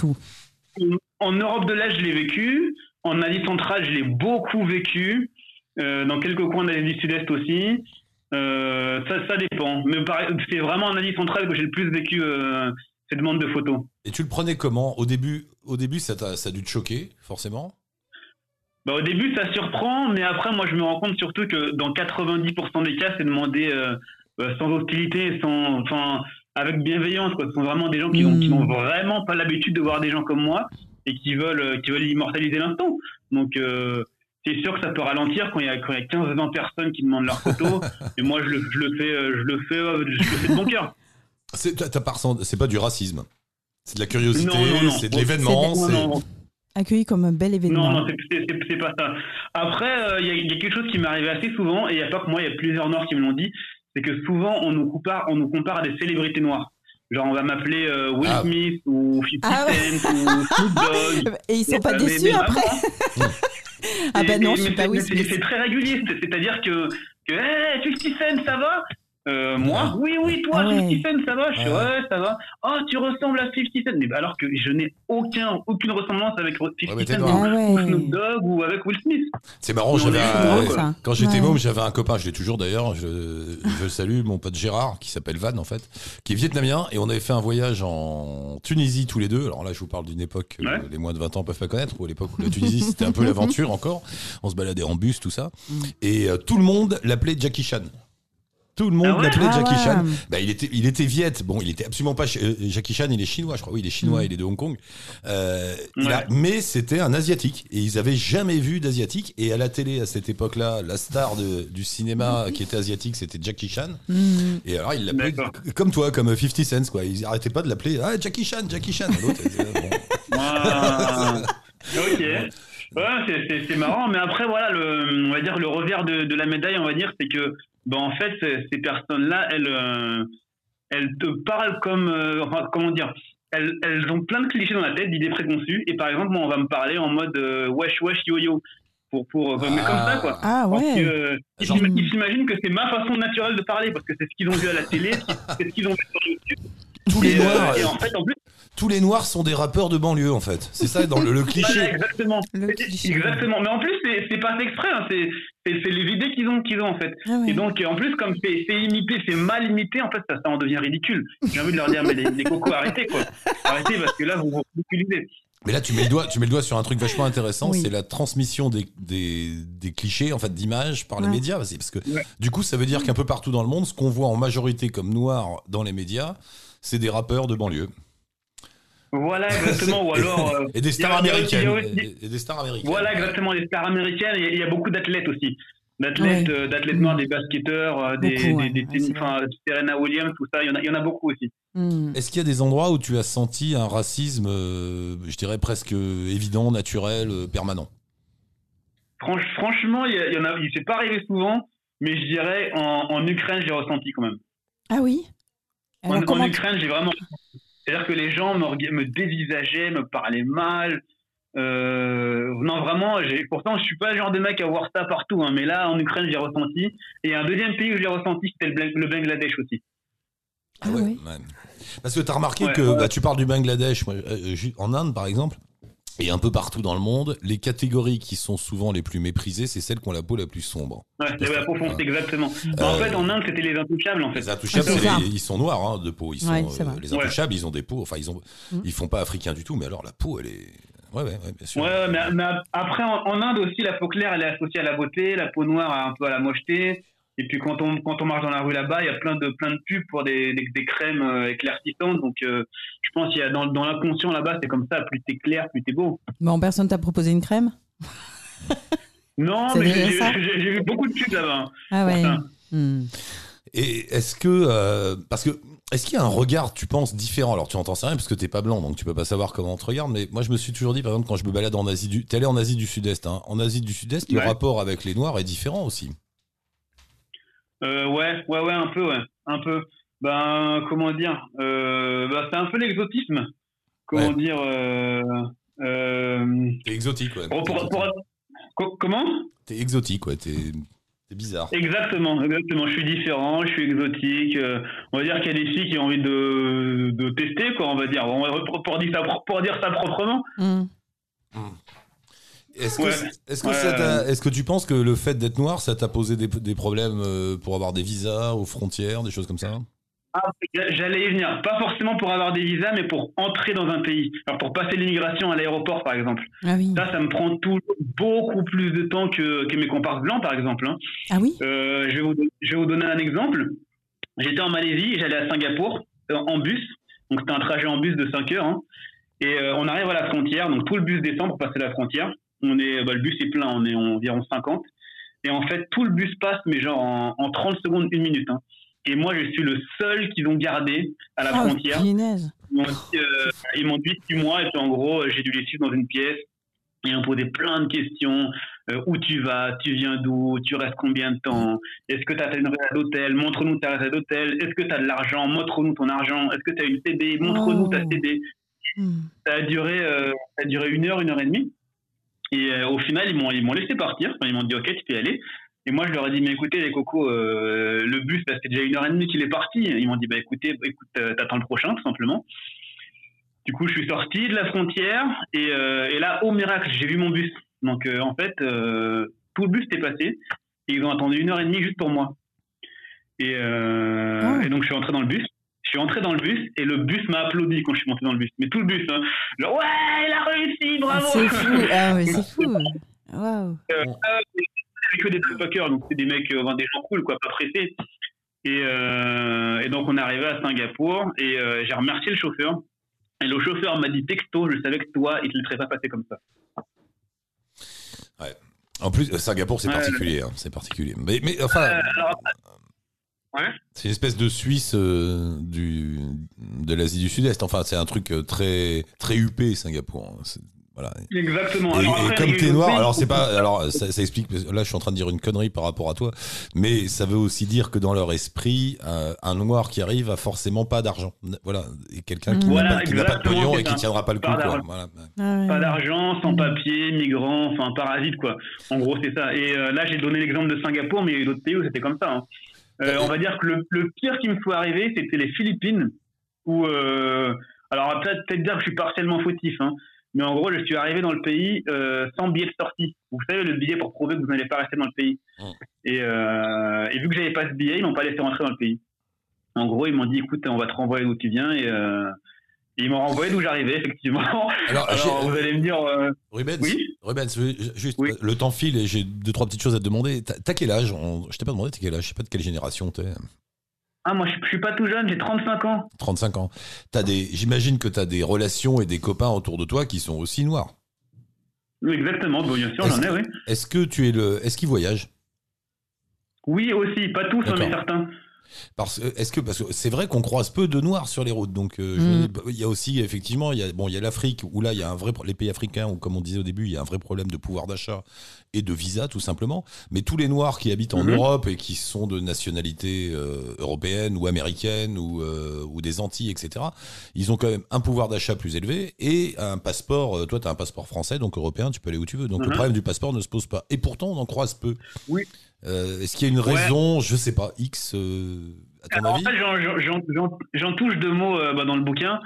En Europe de l'Est, je l'ai vécu. En Asie centrale, je l'ai beaucoup vécu. Euh, dans quelques coins d'Asie du Sud-Est aussi. Euh, ça, ça dépend. Mais c'est vraiment en Asie centrale que j'ai le plus vécu. Euh... ces demandes de photos. Et tu le prenais comment ? Au début, au début ça, t'a, ça a dû te choquer, forcément ? Bah, au début, ça surprend, mais après, moi, je me rends compte surtout que dans quatre-vingt-dix pour cent des cas, c'est demandé euh, euh, sans hostilité, sans, enfin, avec bienveillance, quoi. Ce sont vraiment des gens qui n'ont mmh. vraiment pas l'habitude de voir des gens comme moi et qui veulent, euh, qui veulent immortaliser l'instant. Donc, euh, c'est sûr que ça peut ralentir quand il y a, quand il y a quinze vingt personnes qui demandent leur photo. Et moi, je le, je le fais, euh, je le fais, euh, je le fais de bon cœur. C'est, t'as, t'as pas ressenti, c'est pas du racisme, c'est de la curiosité, non, non, non. c'est de l'événement. C'est, c'est... Non, non. Accueilli comme un bel événement. Non, non, c'est, c'est, c'est, c'est pas ça. Après, il euh, y, y a quelque chose qui m'est arrivé assez souvent, et il n'y a pas que moi, il y a plusieurs Noirs qui me l'ont dit, c'est que souvent, on nous compare, on nous compare à des célébrités noires. Genre, on va m'appeler euh, Will ah. Smith ou fifty ah, Cent ouais. ou Snoop Dogg. Et ils sont pas euh, déçus mais, mais après Ah ben non, et, je suis pas Will Smith. C'est, c'est très régulier, c'est, c'est-à-dire que, que hey, fifty Cent, ça va ? Euh, moi, oui, oui, toi, ah ouais. fifty Cent, ça va ? Je fais, ouais, ça va. Oh, tu ressembles à fifty Cent. Mais alors que je n'ai aucun, aucune ressemblance avec fifty ouais, Cent ah ouais. ou Snoop Dogg ou avec Will Smith. C'est marrant, j'avais un, drôle, euh, quand j'étais ouais. môme, j'avais un copain, je l'ai toujours d'ailleurs, je, je salue mon pote Gérard, qui s'appelle Van en fait, qui est vietnamien, et on avait fait un voyage en Tunisie tous les deux. Alors là, je vous parle d'une époque que ouais. les moins de vingt ans peuvent pas connaître, ou à l'époque où la Tunisie, c'était un peu l'aventure encore. On se baladait en bus, tout ça. Et euh, tout le monde l'appelait Jackie Chan. Tout le monde ah ouais l'appelait ah Jackie ouais. Chan. Bah, il était, il était viette. Bon, il était absolument pas. Euh, Jackie Chan, il est chinois, je crois. Oui, il est chinois, mmh. il est de Hong Kong. Euh, ouais. il a, mais c'était un asiatique et ils avaient jamais vu d'asiatique. Et à la télé, à cette époque-là, la star de, du cinéma mmh. qui était asiatique, c'était Jackie Chan. Mmh. Et alors, il l'appelait D'accord. comme toi, comme fifty Cent, quoi. Ils arrêtaient pas de l'appeler. Ah, Jackie Chan, Jackie Chan. L'autre, était, bon. ah, ok. Ouais, c'est, c'est, c'est marrant, mais après, voilà, le, on va dire le revers de, de la médaille, on va dire, c'est que, ben, en fait, ces, ces personnes-là, elles, euh, elles te parlent comme, euh, enfin, comment dire, elles, elles ont plein de clichés dans la tête, d'idées préconçues, et par exemple, moi, on va me parler en mode euh, wesh, wesh, yo-yo, pour, pour, ah. mais comme ça, quoi. Ah ouais. Que, euh, ils, Genre... ils s'imaginent que c'est ma façon naturelle de parler, parce que c'est ce qu'ils ont vu à la télé, c'est ce qu'ils ont vu sur YouTube. Tous les et, noirs. Euh, et en fait, en plus, tous les noirs sont des rappeurs de banlieue, en fait. C'est ça, dans le, le cliché. Voilà, exactement. Le cliché. Exactement. Mais en plus, c'est, c'est pas fait exprès. Hein. C'est, c'est, c'est les idées qu'ils ont, qu'ils ont en fait. Ah ouais. Et donc, en plus, comme c'est, c'est imité, c'est mal imité, en fait, ça, ça en devient ridicule. J'ai envie de leur dire, mais les, les cocos, arrêtez, quoi. Arrêtez, parce que là, vous vous ridiculisez. Mais là, tu mets le doigt, tu mets le doigt sur un truc vachement intéressant, Oui. c'est la transmission des, des, des clichés, en fait, d'images par les Ouais. médias. Parce que, Ouais. du coup, ça veut dire qu'un peu partout dans le monde, ce qu'on voit en majorité comme noir dans les médias, c'est des rappeurs de banlieue. Voilà, exactement. Ou alors. Euh, et des stars il y a- américaines. il y a aussi- Et, et des stars américaines. Voilà, exactement. Les stars américaines. Il y a- il y a beaucoup d'athlètes aussi. D'athlètes, Ouais. euh, d'athlètes noirs, des basketteurs, euh, des, Beaucoup, ouais. des, des, Ouais, c'est enfin, Serena Williams, tout ça. Il y en a, il y en a beaucoup aussi. Hmm. Est-ce qu'il y a des endroits où tu as senti un racisme, euh, je dirais presque évident, naturel, euh, permanent? Franch- franchement, il y, a- il y en a. Il s'est pas arrivé souvent, mais je dirais en, en Ukraine, j'ai ressenti quand même. Ah oui. Alors, En, comment en tu- Ukraine, j'ai vraiment. C'est-à-dire que les gens me, rega- me dévisageaient, me parlaient mal. Euh, non, vraiment, j'ai, pourtant, je suis pas le genre de mec à voir ça partout, hein, mais là, en Ukraine, j'ai ressenti. Et un deuxième pays où j'ai ressenti, c'était le, Bla- le Bangladesh aussi. Ah ouais. ouais. Parce que tu as remarqué Ouais, que ouais. bah, tu parles du Bangladesh, moi, euh, ju- en Inde par exemple, et un peu partout dans le monde, les catégories qui sont souvent les plus méprisées, c'est celles qui ont la peau la plus sombre. Ouais, Parce la que- peau foncée, exactement. Euh, En fait, en Inde, c'était les intouchables, en fait. Les intouchables, Ah, c'est c'est ça. les- ils sont noirs hein, de peau. Ils sont, Ouais, c'est euh, vrai. les intouchables, ils ont des peaux. Enfin, ils ont, Mm. ils font pas africains du tout, mais alors la peau, elle est. Ouais, ouais, ouais, bien sûr. Ouais, ouais, mais, mais après, en, en Inde aussi, la peau claire, elle est associée à la beauté, la peau noire, un peu à la mocheté. Et puis, quand on, quand on marche dans la rue là-bas, il y a plein de, plein de pubs pour des, des, des crèmes euh, éclaircissantes. Donc, euh, je pense qu'il y a dans, dans l'inconscient là-bas, c'est comme ça. Plus t'es clair, plus t'es beau. Bon, personne t'a proposé une crème? Non, C'est mais déjà j'ai, ça j'ai, j'ai vu beaucoup de pubs là-bas. hein. Ah ouais. Enfin, Hmm. Et est-ce que. euh, parce que. Est-ce qu'il y a un regard, tu penses, différent? Alors, tu n'entends rien parce que t'es pas blanc, donc tu peux pas savoir comment on te regarde. Mais moi, je me suis toujours dit, par exemple, quand je me balade en Asie du. T'es allé en Asie du Sud-Est, hein. En Asie du Sud-Est, le Ouais. rapport avec les Noirs est différent aussi. Euh, ouais, ouais, ouais, un peu, ouais, un peu. Ben, comment dire euh, ben, c'est un peu l'exotisme. Comment Ouais. dire euh, euh, T'es exotique, ouais. pour, pour, pour- co- Comment T'es exotique, ouais. T'es t'es bizarre. Exactement, exactement. Je suis différent, je suis exotique. euh, on va dire qu'il y a des filles qui ont envie de, de tester, quoi. On va dire, on va, pour, pour dire ça, pour dire ça proprement. Hmm. Est-ce que, Ouais. est-ce, que Ouais. ça t'a- est-ce que tu penses que le fait d'être noir, ça t'a posé des, des problèmes euh, pour avoir des visas aux frontières, des choses comme ça? Ah, j'allais y venir. Pas forcément pour avoir des visas, mais pour entrer dans un pays. Alors pour passer l'immigration à l'aéroport, par exemple. Ah oui. Ça, ça me prend toujours beaucoup plus de temps que, que mes comparses blancs, par exemple. hein. Ah oui. Euh, je, vais vous, je vais vous donner un exemple. J'étais en Malaisie et j'allais à Singapour euh, en bus. Donc c'était un trajet en bus de cinq heures. hein. Et euh, on arrive à la frontière. Donc tout le bus descend pour passer la frontière. On est, bah, le bus est plein, on est environ cinquante. Et en fait, tout le bus passe, mais genre en, en trente secondes, une minute. hein. Et moi, je suis le seul qu'ils ont gardé à la Ah, frontière. punaise. Ils m'ont dit, euh, ils m'ont dit six mois. Et puis en gros, j'ai dû les suivre dans une pièce. Et on posait plein de questions. Euh, où tu vas? Tu viens d'où? Tu restes combien de temps? Est-ce que tu as une réserve d'hôtel? Montre-nous ta réserve d'hôtel. Est-ce que tu as de l'argent? Montre-nous ton argent. Est-ce que tu as une C D? Montre-nous Oh. ta C D. Hmm. Ça a duré, euh, ça a duré une heure, une heure et demie. Et euh, au final, ils m'ont, ils m'ont laissé partir. Enfin, ils m'ont dit, OK, tu peux y aller. Et moi, je leur ai dit, mais écoutez, les cocos, euh, le bus, là, c'est déjà une heure et demie qu'il est parti. Ils m'ont dit, bah écoutez, bah, écoute, euh, t'attends le prochain, tout simplement. Du coup, je suis sorti de la frontière. Et, euh, et là, au miracle, j'ai vu mon bus. Donc, euh, en fait, euh, tout le bus était passé. Et ils ont attendu une heure et demie juste pour moi. Et, euh, Ah. et donc, je suis entré dans le bus. Je suis entré dans le bus et le bus m'a applaudi quand je suis monté dans le bus. Mais tout le bus, hein. Genre, ouais, il a réussi, Ah, bravo! c'est fou. Ah ouais, c'est fou. Waouh. Euh, c'est que des backpackers, donc c'est des mecs, euh, enfin, des gens cool, quoi, pas pressés. Et, euh, et donc on est arrivé à Singapour et euh, j'ai remercié le chauffeur. Et le chauffeur m'a dit texto, je savais que toi, il te laisserait pas passer comme ça. En plus, euh, Singapour, c'est Ouais, particulier. hein, c'est particulier. Mais, mais enfin, Euh, alors, ouais. c'est une espèce de Suisse euh, du, de l'Asie du Sud-Est. Enfin, c'est un truc euh, très, très huppé, Singapour. hein. C'est- Voilà. Exactement. Et, Alors, et après, comme il y a t'es une noir, autre alors pays c'est pas, alors ça, ça explique. Là, je suis en train de dire une connerie par rapport à toi, mais ça veut aussi dire que dans leur esprit, un, un noir qui arrive a forcément pas d'argent. Voilà, et quelqu'un qui Voilà, n'a pas, qui n'a pas de exactement, pognon c'est et qui ça. tiendra pas le coup. Pas Quoi. d'argent. Voilà. Ah ouais. Pas d'argent, sans Mm. papier, migrant, enfin parasite quoi. En gros c'est ça. Et euh, là j'ai donné l'exemple de Singapour, mais il y a eu d'autres pays où c'était comme ça. Hein. Euh, on va dire que le, le pire qui me soit arrivé, c'était les Philippines, où euh, alors on va peut-être, peut-être dire que je suis partiellement fautif, hein, mais en gros je suis arrivé dans le pays euh, sans billet de sortie. Vous savez le billet pour prouver que vous n'allez pas rester dans le pays. Mm. Et, euh, et vu que j'avais pas ce billet, ils m'ont pas laissé rentrer dans le pays. En gros ils m'ont dit écoute on va te renvoyer d'où tu viens et euh, ils m'ont renvoyé d'où j'arrivais, effectivement. Alors, Alors j'ai- vous allez me dire. Euh... Rubens, Oui Rubens, juste Oui. le temps file et j'ai deux trois petites choses à te demander. T'as, t'as quel âge? On- Je t'ai pas demandé t'as quel âge. Je sais pas de quelle génération t'es. Ah, moi, je, je suis pas tout jeune, j'ai trente-cinq ans. trente-cinq ans. T'as des, j'imagine que t'as des relations et des copains autour de toi qui sont aussi noirs. Oui, exactement, bon, bien sûr, Est-ce j'en ai, que- oui. Est-ce que tu es le, est-ce qu'ils voyagent? Oui, aussi, pas tous, hein, mais D'accord. certains. Parce que est-ce que parce que c'est vrai qu'on croise peu de noirs sur les routes, donc euh, je Mm. me dis, il y a aussi effectivement il y a bon il y a l'Afrique où là il y a un vrai pro- les pays africains où comme on disait au début il y a un vrai problème de pouvoir d'achat et de visa tout simplement, mais tous les noirs qui habitent en Mhm. Europe et qui sont de nationalité euh, européenne ou américaine ou euh, ou des Antilles et cetera, ils ont quand même un pouvoir d'achat plus élevé et un passeport. euh, Toi tu as un passeport français donc européen, tu peux aller où tu veux, donc le Mhm. problème du passeport ne se pose pas et pourtant on en croise peu. Oui. Euh, est-ce qu'il y a une Ouais. raison, je sais pas, X euh, à ton Alors, en avis? fait, j'en, j'en- j'en- j'en- j'en touche deux mots euh, bah, dans le bouquin.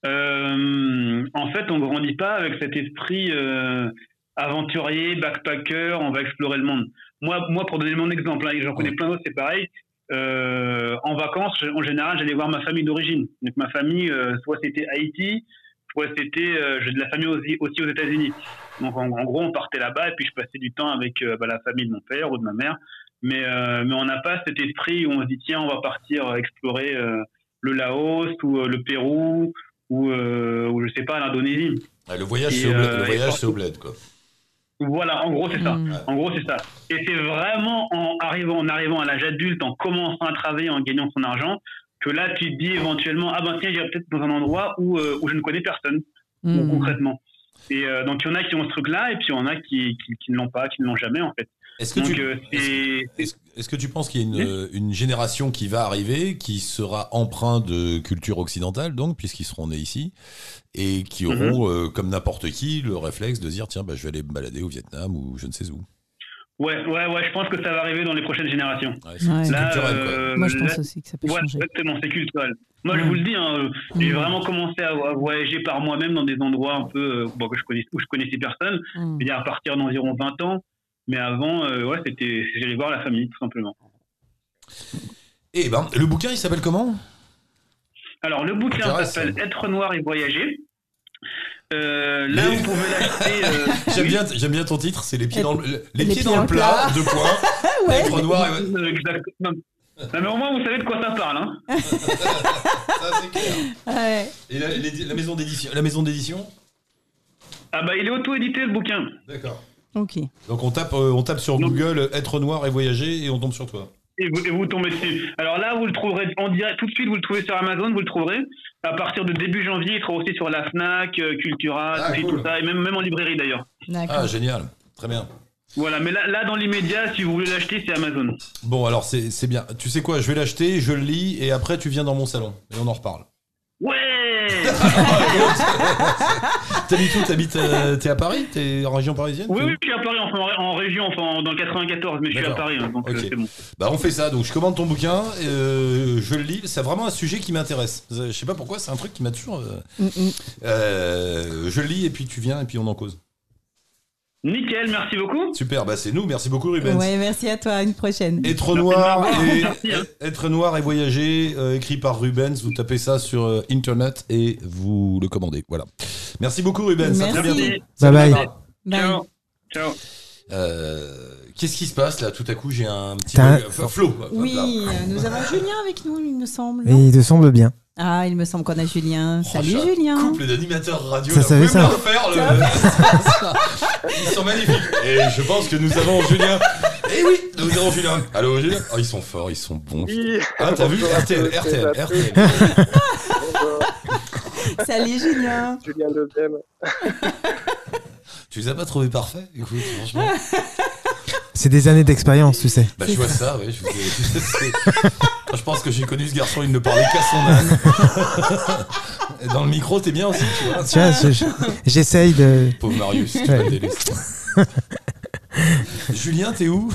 Euh, en fait, on grandit pas avec cet esprit euh, aventurier, backpacker, on va explorer le monde. Moi, moi pour donner mon exemple, hein, et j'en connais plein d'autres, c'est pareil. Euh, en vacances, en général, j'allais voir ma famille d'origine. Donc ma famille, euh, soit c'était Haïti, soit c'était euh, j'ai de la famille aussi, aussi aux États-Unis. Donc en, en gros, on partait là-bas et puis je passais du temps avec euh, bah, la famille de mon père ou de ma mère. Mais, euh, mais on n'a pas cet esprit où on se dit tiens, on va partir explorer euh, le Laos ou euh, le Pérou ou, euh, ou je sais pas, l'Indonésie. Ah, le voyage, Et, c'est au bled, euh, le et voyage, surtout- c'est au bled, quoi. Voilà, en gros, c'est ça. Mm. En gros, c'est ça. Et c'est vraiment en arrivant, en arrivant à l'âge adulte, en commençant à travailler, en gagnant son argent, que là, tu te dis éventuellement, ah ben tiens, j'irai peut-être dans un endroit où, euh, où je ne connais personne, ou Mm. concrètement. Et euh, donc, il y en a qui ont ce truc-là, et puis il y en a qui, qui, qui ne l'ont pas, qui ne l'ont jamais, en fait. Est-ce que, Donc, tu, euh, est-ce, c'est... est-ce- est-ce que tu penses qu'il y a une, euh, une génération qui va arriver, qui sera empreinte de culture occidentale, donc, puisqu'ils seront nés ici, et qui auront, euh, comme n'importe qui, le réflexe de dire, tiens, bah, je vais aller me balader au Vietnam ou je ne sais où. Ouais, ouais, ouais, je pense que ça va arriver dans les prochaines générations. Ouais, c'est, Ouais. c'est Là, culturel, quoi. euh, Moi, je là- pense aussi que ça peut Ouais, changer. exactement, c'est culturel. Moi, je Ouais. vous le dis, hein, j'ai Mm. vraiment commencé à, à voyager par moi-même dans des endroits un peu euh, bon, que je connais, où je connaissais personne, Mm. c'est-à-dire à partir d'environ vingt ans. Mais avant, euh, ouais, c'était, j'allais voir la famille, tout simplement. Eh ben, le bouquin, il s'appelle comment? Alors, le bouquin Intéressant. s'appelle Être noir et voyager. Euh, là, Mais- vous pouvez l'acheter. euh, J'aime oui. bien, j'aime bien ton titre, c'est les pieds Les- dans le, les les pieds pieds dans dans le le plat, plat. deux points, Ouais. être noir et... Euh, exactement. Non, mais au moins, vous savez de quoi ça parle. Hein. Ça, c'est clair. Ouais. Et la, les- la maison d'édition, la maison d'édition? Ah bah, il est auto-édité, le bouquin. D'accord. Ok. Donc on tape, euh, on tape sur Non. Google euh, être noir et voyager et on tombe sur toi. Et vous, et vous tombez dessus. Alors là, vous le trouverez en direct, tout de suite, vous le trouvez sur Amazon, vous le trouverez. À partir de début janvier, il sera aussi sur la Fnac, euh, Cultura, Ah, tout, cool. tout ça, et même, même en librairie d'ailleurs. D'accord. Ah génial, très bien. Voilà, mais là, là dans l'immédiat, si vous voulez l'acheter, c'est Amazon. Bon alors c'est c'est bien. Tu sais quoi, je vais l'acheter, je le lis et après tu viens dans mon salon et on en reparle. Ouais. T'habites où? T'habites, euh, t'es à Paris? T'es en région parisienne? Oui, T'es oui, où je suis à Paris, enfin, en, en région, enfin dans le quatre-vingt-quatorze, mais je suis à D'accord. Paris, hein, donc Ok. euh, c'est bon. Bah on fait ça, donc je commande ton bouquin, euh, je le lis, c'est vraiment un sujet qui m'intéresse. Je sais pas pourquoi, c'est un truc qui m'a toujours... euh, Mm, mm. euh, je le lis et puis tu viens et puis on en cause. Nickel, merci beaucoup. Super, bah c'est nous, merci beaucoup Rubens. Ouais, merci à toi. À une prochaine. Être Merci de noir, m'avoir. et, Merci, hein. être noir et voyager, euh, écrit par Rubens, vous tapez ça sur euh, internet et vous le commandez. Voilà. Merci beaucoup Rubens, à très Merci. bientôt. Bye bye. Bye. Ciao. Ciao. Euh, Qu'est-ce qui se passe là? Tout à coup j'ai un petit T'as un- bug. Enfin, Flo. hop Oui, là. euh, nous avons Julien avec nous, il me semble. Et il te semble bien. Ah, il me semble qu'on a Julien. Oh, Salut ça, Julien. Couple d'animateurs radio. Ça là, savait vous pouvez ça. me le refaire, le- Ils sont magnifiques. Et je pense que nous avons Julien. Et oui, nous avons Julien. Allô Julien. Oh, ils sont forts, ils sont bons. Oui. Ah, t'as vu? Bonjour à R T L, tous R T L, et à R T tous. L. Bonjour, Salut Julien. Julien Lebem. Tu les as pas trouvés parfaits, écoute, franchement. C'est des années d'expérience, tu sais. Bah, je vois ça, ouais. Je, vous... je pense que j'ai connu ce garçon, il ne parlait qu'à son âne. Et dans le micro, t'es bien aussi, tu vois. Tu vois, je- je- j'essaye de. Pauvre Marius, tu Ouais. vas le délaisser. Julien, t'es où?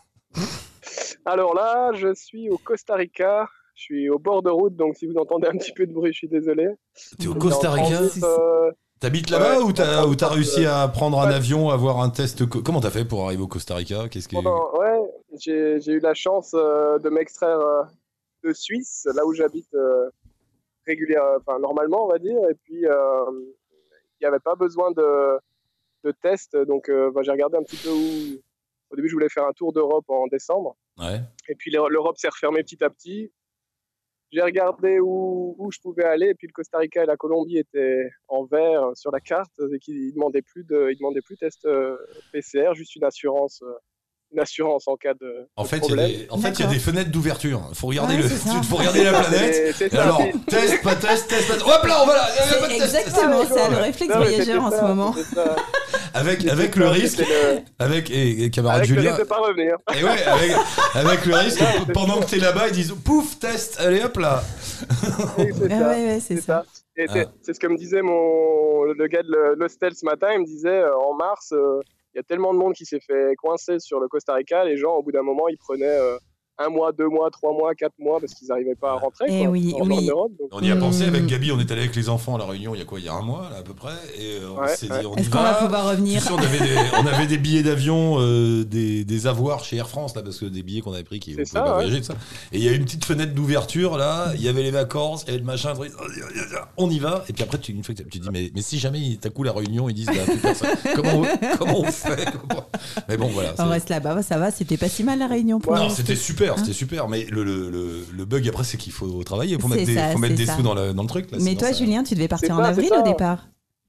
Alors là, je suis au Costa Rica. Je suis au bord de route, donc si vous entendez un petit peu de bruit, je suis désolé. T'es au Costa Rica? Euh, T'habites là-bas Ouais, ou t'as, ou t'as réussi à prendre un ouais. avion, avoir un test co- Comment t'as fait pour arriver au Costa Rica? Qu'est-ce que... pendant- ouais, j'ai, j'ai eu la chance euh, de m'extraire euh, de Suisse, là où j'habite euh, régulièrement, enfin normalement, on va dire. Et puis, euh, il n'y avait pas besoin de, de test, donc euh, bah, j'ai regardé un petit peu où. Au début, je voulais faire un tour d'Europe en décembre. Ouais. Et puis l'Europe s'est refermée petit à petit. J'ai regardé où, où je pouvais aller, et puis le Costa Rica et la Colombie étaient en vert sur la carte, et qu'ils ne demandaient plus de, ils demandaient plus de test euh, P C R, juste une assurance, euh, une assurance en cas de, En de fait, il y, a problème. des- en fait, il y a des fenêtres d'ouverture. Il faut regarder, Ouais, le... c'est ça. faut regarder la planète. C'est- c'est Et ça, alors, c'est- test, pas test, test, pas test. Hop là, on va là. Il y a pas de C'est test. exactement ça, le Ouais. réflexe Non, mais voyageur en c'était ce ça, moment. c'était ça. Avec, C'était avec ça, le risque, c'était le- avec, et, et camarade avec le Julien. risque de pas revenir. Et ouais, avec, avec le risque, Non, que c'est pendant ça. que t'es là-bas, ils disent pouf, test, allez hop là. Oui, c'est Ah ça. ouais, ouais, c'est C'est ça. ça. Et c'est, Ah. c'est ce que me disait mon, le gars de l'hostel ce matin. Il me disait euh, en mars, euh, il y a tellement de monde qui s'est fait coincer sur le Costa Rica. Les gens, au bout d'un moment, ils prenaient euh, un mois, deux mois, trois mois, quatre mois parce qu'ils n'arrivaient pas à rentrer. Eh quoi, oui, en, oui. en Europe. Donc, On y a pensé avec Hmm. Gabi, on est allé avec les enfants à la Réunion il y a quoi, il y a un mois là, à peu près, et euh, on Ouais, s'est dit ouais. on y Est-ce qu'on va va. pouvoir revenir? Tu sais, on, avait des, on avait des billets d'avion, euh, des, des avoirs chez Air France là, parce que des billets qu'on avait pris qui C'est on ça, pouvait pas ouais. voyager, tout ça. Et il y a une petite fenêtre d'ouverture là, il y avait les vacances, il y avait le machin, on y va. Et puis après, tu, une fois que tu tu dis mais, mais si jamais t'as coup la Réunion, ils disent bah, plus personne. comment, on, comment on fait? Mais bon voilà. On c'est- reste là-bas, ça va, c'était pas si mal la réunion pour Non, nous. c'était super, Hein c'était super. Mais le, le, le, le bug après, c'est qu'il faut travailler, il faut C'est mettre des, ça, faut mettre c'est des ça. sous dans le, dans le truc. Là, Mais sinon toi, ça- Julien, tu devais partir C'est en ça, c'est avril ça. au départ.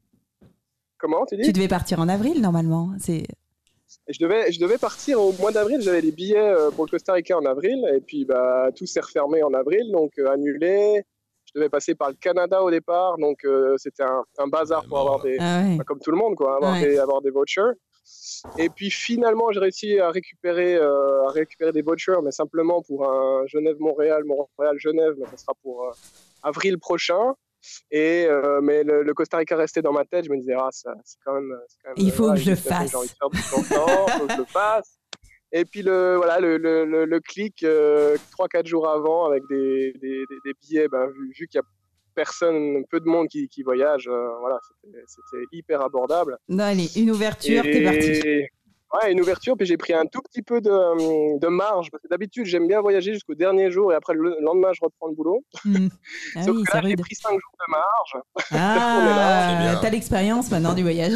comment tu dis Tu devais partir en avril normalement. C'est Et je devais, je devais partir au mois d'avril. J'avais les billets euh, pour le Costa Rica en avril. Et puis, bah, tout s'est refermé en avril. Donc, euh, annulé. Je devais passer par le Canada au départ. Donc, euh, c'était un, un bazar Ouais, pour bon, avoir voilà. des. ah ouais. Bah, comme tout le monde, quoi, avoir, Ouais. des, avoir des vouchers. Et puis finalement, j'ai réussi à récupérer, euh, à récupérer des vouchers, mais simplement pour un Genève-Montréal, Montréal-Genève, mais ça sera pour euh, avril prochain. Et, euh, mais le, le Costa Rica restait dans ma tête. Je me disais, ah, ça, c'est quand même. c'est quand même Il faut voilà, que je une le destination fasse. J'ai envie de faire depuis longtemps, il faut que je le fasse. Et puis le, voilà, le, le, le, le clic, euh, trois quatre jours avant, avec des, des, des, des billets, ben, vu, vu qu'il y a personne, peu de monde qui, qui voyage, euh, voilà, c'était, c'était hyper abordable. Non, allez, une ouverture, t'es parti. Ouais, une ouverture, puis j'ai pris un tout petit peu de, de marge, parce que d'habitude, j'aime bien voyager jusqu'au dernier jour, et après, le lendemain, je reprends le boulot. Hmm. Ah Sauf oui, que c'est là, j'ai rude. pris cinq jours de marge. C'est Ah, bien. t'as l'expérience maintenant du voyage.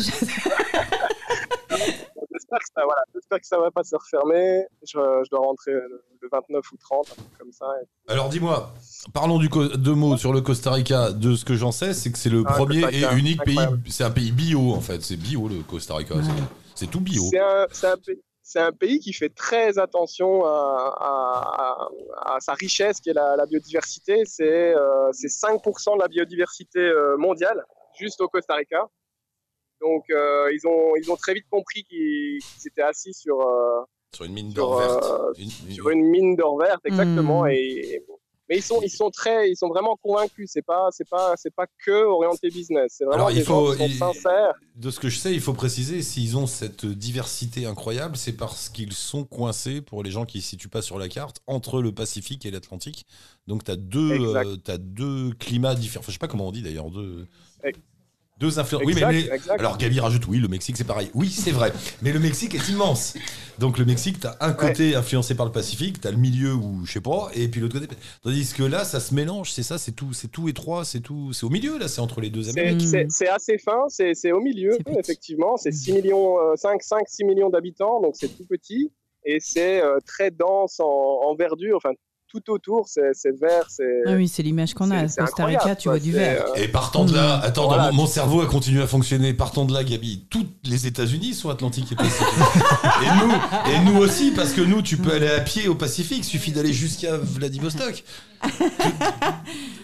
J'espère que ça, voilà, j'espère que ça va pas se refermer. Je, je dois rentrer le, le vingt-neuf ou trente, un truc comme ça. Et... Alors dis-moi, parlons du co- deux mots sur le Costa Rica. De ce que j'en sais, c'est que c'est le Ah, premier Costa Rica, et unique incroyable. pays. C'est un pays bio en fait. C'est bio le Costa Rica. Ouais. C'est, c'est tout bio. C'est un, c'est un pays. C'est un pays qui fait très attention à, à, à, à sa richesse, qui est la, la biodiversité. C'est, euh, c'est cinq pour cent de la biodiversité euh, mondiale, juste au Costa Rica. Donc, euh, ils, ont, ils ont très vite compris qu'ils, qu'ils étaient assis sur, euh, Sur une mine sur, d'or verte. euh, Une- une- sur une mine d'or verte, exactement. Mm. Et, mais ils sont, ils sont très, ils sont vraiment convaincus. C'est pas, c'est pas, c'est pas que orienté business. C'est vraiment Alors, il des faut- gens qui sont il- sincères. De ce que je sais, il faut préciser, s'ils ont cette diversité incroyable, c'est parce qu'ils sont coincés, pour les gens qui ne se situent pas sur la carte, entre le Pacifique et l'Atlantique. Donc tu as deux, Exact. euh, t'as deux climats différents. Enfin, je sais pas comment on dit d'ailleurs. Deux, Ex- deux influences. Oui, Exact, mais, mais- exact. alors Gabi rajoute, oui, le Mexique c'est pareil. Oui, c'est vrai. Mais le Mexique est immense. Donc le Mexique, tu as un côté influencé par le Pacifique, tu as le milieu où, je sais pas, et puis l'autre côté. Tandis que là, ça se mélange, c'est ça, c'est tout, c'est tout étroit, c'est tout. C'est au milieu, là, c'est entre les deux C'est, Amériques. Mm. c'est- c'est assez fin, c'est, c'est au milieu, C'est petit. effectivement. C'est six millions, euh, cinq, cinq, six millions d'habitants, donc c'est tout petit. Et c'est euh, très dense en, en verdure. Enfin, tout autour, c'est, c'est vert. C'est, Ah oui, c'est l'image qu'on a. c'est- c'est Costa Rica, incroyable, tu quoi. vois du C'est, vert. euh, Et partant de là, attends, Voilà. mon, mon cerveau a continué à fonctionner. Partant de là, Gabi, tous les États-Unis sont Atlantique et Pacifique. et, nous, et nous aussi, parce que nous, tu peux aller à pied au Pacifique, suffit d'aller jusqu'à Vladivostok.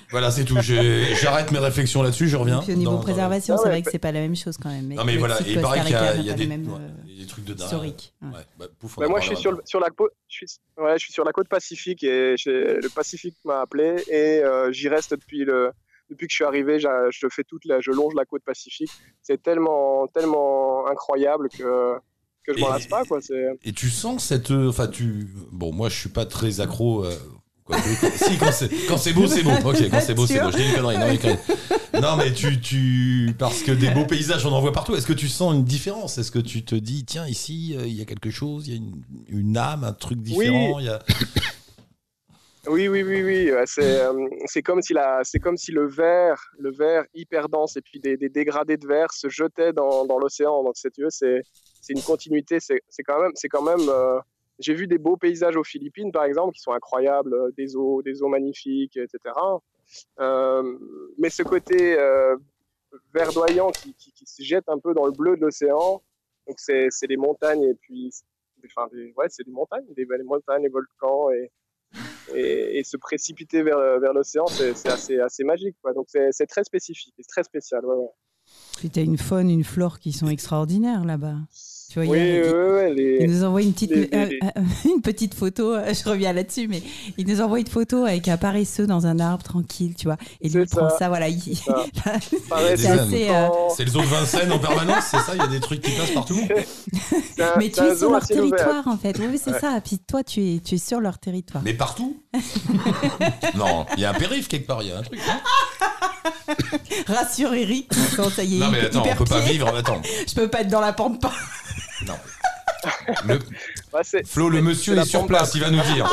Voilà, c'est tout. J'ai- J'arrête mes réflexions là-dessus, je reviens. Et puis au niveau dans- dans- préservation, Ah c'est ouais, vrai que c'est pas la même chose quand même. Non mais voilà, Mexique, et il paraît qu'il y a, Costa il y a Rica n'a pas des, le même, ouais, euh, il y a des trucs de dingue. historique. Ouais, Ouais. bah, pouf, on Bah, en moi, je suis parlera sur, le- après. sur la côte. Je suis, ouais, je suis sur la côte Pacifique et j'ai- le Pacifique m'a appelé et euh, j'y reste depuis le depuis que je suis arrivé. j'a- Je fais toute la, je longe la côte Pacifique. C'est tellement tellement incroyable que que je m'en Et- lasse pas quoi. C'est Et tu sens cette, euh, enfin tu, bon moi je suis pas très accro. euh, quoi que- si quand c'est quand c'est beau c'est beau. Ok, quand c'est beau c'est beau. Je dis une connerie. Non mais, quand- non, mais tu tu parce que des beaux paysages on en voit partout. Est-ce que tu sens une différence? Est-ce que tu te dis tiens ici euh, il y a quelque chose, il y a une, une âme, un truc différent. Il y a... Oui, oui, oui, oui. euh, C'est, euh, c'est comme si la, c'est comme si le verre, le verre hyper dense et puis des, des dégradés de verre se jetaient dans, dans l'océan. Donc, si tu veux, c'est, c'est une continuité. C'est, c'est quand même, c'est quand même. euh, j'ai vu des beaux paysages aux Philippines, par exemple, qui sont incroyables, euh, des eaux, des eaux magnifiques, et cetera. Euh, mais ce côté euh, verdoyant qui, qui, qui se jette un peu dans le bleu de l'océan. Donc, c'est, c'est les montagnes et puis, enfin, des, ouais, c'est des montagnes, des, les montagnes, les volcans et Et, et se précipiter vers, vers l'océan, c'est, c'est assez, assez magique. Quoi. Donc c'est, c'est très spécifique, c'est très spécial. Ouais, ouais. Puis tu as une faune, une flore qui sont extraordinaires là-bas. Tu vois, il y Oui, a- il- oui, oui, les- Il nous envoie une petite, les- les- euh, euh, une petite photo, euh, je reviens là-dessus, mais il nous envoie une photo avec un paresseux dans un arbre tranquille, tu vois. Et lui, C'est il prend ça. ça, voilà. Il... ça. Des Pareil, c'est ânes. assez. euh, C'est le zoo de Vincennes en permanence, c'est ça? Il y a des trucs qui passent partout. c'est un- Mais c'est tu un es zoo sur leur à ciel ouvert. territoire, en fait. Oui, oui, c'est Ouais. ça. Puis toi, tu es, tu es sur leur territoire. Mais partout? Non, il y a un périph' quelque part, il y a un truc. Non, Rassure Eric, quand ça y est, non mais attends, on hyper peut pas pied. vivre. Attends, Je peux pas être dans la pampa. non. Le, Ouais, c'est, Flo, le c'est- monsieur c'est la est sur pampa. place, il va nous dire.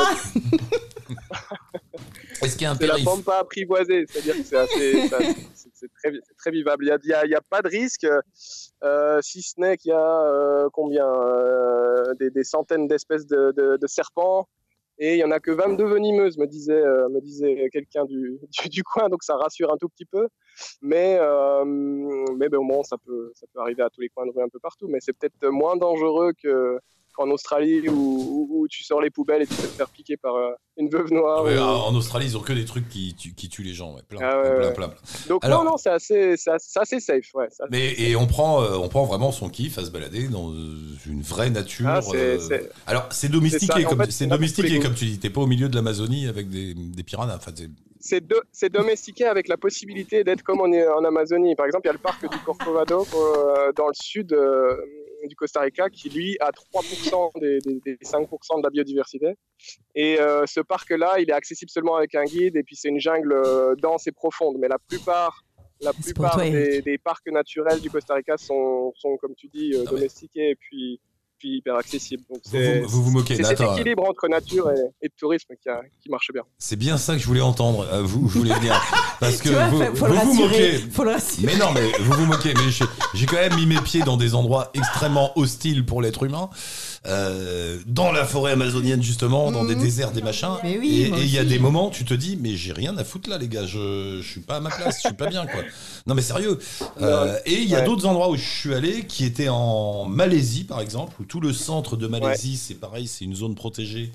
Est-ce qu'il y a un C'est la périph'? pampa apprivoisée, c'est-à-dire que c'est, assez, c'est, assez- c'est- c'est très, c'est très vivable. Il n'y a, il y a- il y a pas de risque, euh, si ce n'est qu'il y a euh, combien euh, des, des centaines d'espèces de, de, de serpents. Et il n'y en a que vingt-deux venimeuses, me disait, euh, me disait quelqu'un du, du, du coin, donc ça rassure un tout petit peu. Mais, euh, mais ben, au moins, ça peut, ça peut arriver à tous les coins de rue un peu partout. Mais c'est peut-être moins dangereux que, qu'en Australie où, où, où tu sors les poubelles et tu peux te faire piquer par euh, une veuve noire. Ouais, ou- en Australie, ils ont que des trucs qui, tu- qui tuent les gens. Ouais. Plein, Ah ouais, plein, ouais. plein, plein. Donc Alors- non, non, c'est assez, c'est assez, c'est assez safe. Ouais, c'est assez- Mais, et on prend, euh, on prend vraiment son kiff à se balader dans euh, une vraie nature. Ah, c'est- euh, c'est- Alors, c'est c'est domestiqué, ça. En comme, fait, c'est là, domestiqué tous les comme tu dis. T'es pas au milieu de l'Amazonie avec des, des piranhas. Enfin, c'est- c'est, do- c'est domestiqué avec la possibilité d'être comme on est en Amazonie. Par exemple, il y a le parc du Corcovado euh, dans le sud euh, du Costa Rica qui, lui, a trois pour cent des, des, des cinq pour cent de la biodiversité. Et euh, ce parc-là, il est accessible seulement avec un guide et puis c'est une jungle euh, dense et profonde. Mais la plupart, la C'est pour plupart toi, des, Eric. des parcs naturels du Costa Rica sont, sont comme tu dis, euh, Ah ouais. domestiqués et puis, puis hyper accessibles. Donc vous, c'est, vous, vous vous moquez. c'est Non, cet attends, équilibre entre nature et, et tourisme qui, a- qui marche bien. c'est bien ça que je voulais entendre. euh, vous, je voulais venir. Parce que Tu vois, vous, faut, faut vous le vous rassurer. moquez. Faut le rassurer. Mais non, mais vous vous moquez. Mais j'ai, j'ai quand même mis mes pieds dans des endroits extrêmement hostiles pour l'être humain. Euh, dans la forêt amazonienne, justement, dans des Mhm. déserts, des machins. Mais oui, et moi et il y a aussi. des moments, tu te dis, mais j'ai rien à foutre là, les gars. Je, je suis pas à ma place. Je suis pas bien, quoi. Non, mais sérieux. Euh, et il y a Ouais. d'autres endroits où je suis allé qui étaient en Malaisie, par exemple, où tout le centre de Malaisie, c'est pareil, c'est une zone protégée.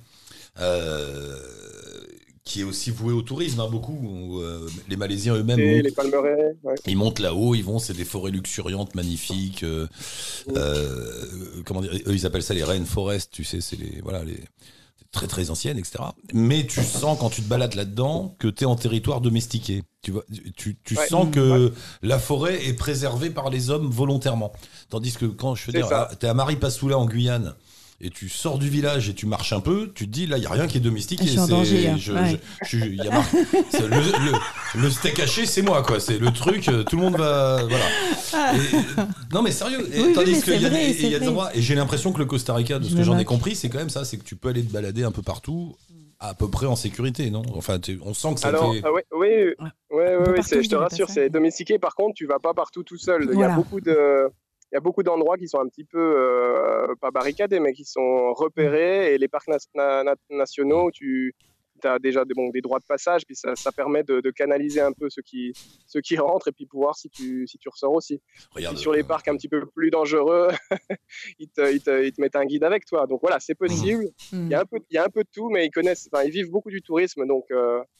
Euh, qui est aussi vouée au tourisme, hein, beaucoup. Où, euh, les Malaisiens eux-mêmes Et montent les palmeraies, ouais. ils montent là-haut, ils vont, c'est des forêts luxuriantes, magnifiques. euh, euh, comment dire, eux ils appellent ça les rainforests, tu sais, c'est les voilà les très très anciennes, et cetera. Mais tu sens quand tu te balades là-dedans que tu es en territoire domestiqué. Tu vois, tu, tu Ouais. sens que la forêt est préservée par les hommes volontairement. Tandis que quand je veux C'est dire, ça. tu es à Maripasoula en Guyane. Et tu sors du village et tu marches un peu, tu te dis là, il n'y a rien qui est domestiqué. Je suis en c'est- danger, hein. je- Ouais. je- je- il y a mar- c'est le, le- le steak haché, c'est moi, quoi. C'est le truc, euh, tout le monde va. Voilà. Et- non, mais sérieux. Et, Oui, oui, tandis mais qu'il y a, c'est vrai, des, et il y a c'est des vrai. endroits. Et j'ai l'impression que le Costa Rica, de ce Je que me j'en ai moque. compris, c'est quand même ça c'est que tu peux aller te balader un peu partout, à peu près en sécurité, non? Enfin, tu- on sent que ça Alors, fait. ah ouais, oui, oui, Un oui, oui, partout, c'est- je te je dirais pas rassure, ça. c'est domestiqué. Par contre, tu vas pas partout tout seul. Il y Voilà. a beaucoup de, il y a beaucoup d'endroits qui sont un petit peu euh, pas barricadés, mais qui sont repérés. Et les parcs na- na- na- nationaux, tu as déjà des, bon, des droits de passage, puis ça, ça permet de, de canaliser un peu ceux qui, ceux qui rentrent et puis pouvoir si tu, si tu ressors aussi. Regarde, Puis sur les euh, parcs un petit peu plus dangereux, ils, te, ils, te, ils te mettent un guide avec toi. Donc voilà, c'est possible. Mm. Il y a un peu, il y a un peu de tout, mais ils connaissent, enfin, ils vivent beaucoup du tourisme, donc. Euh,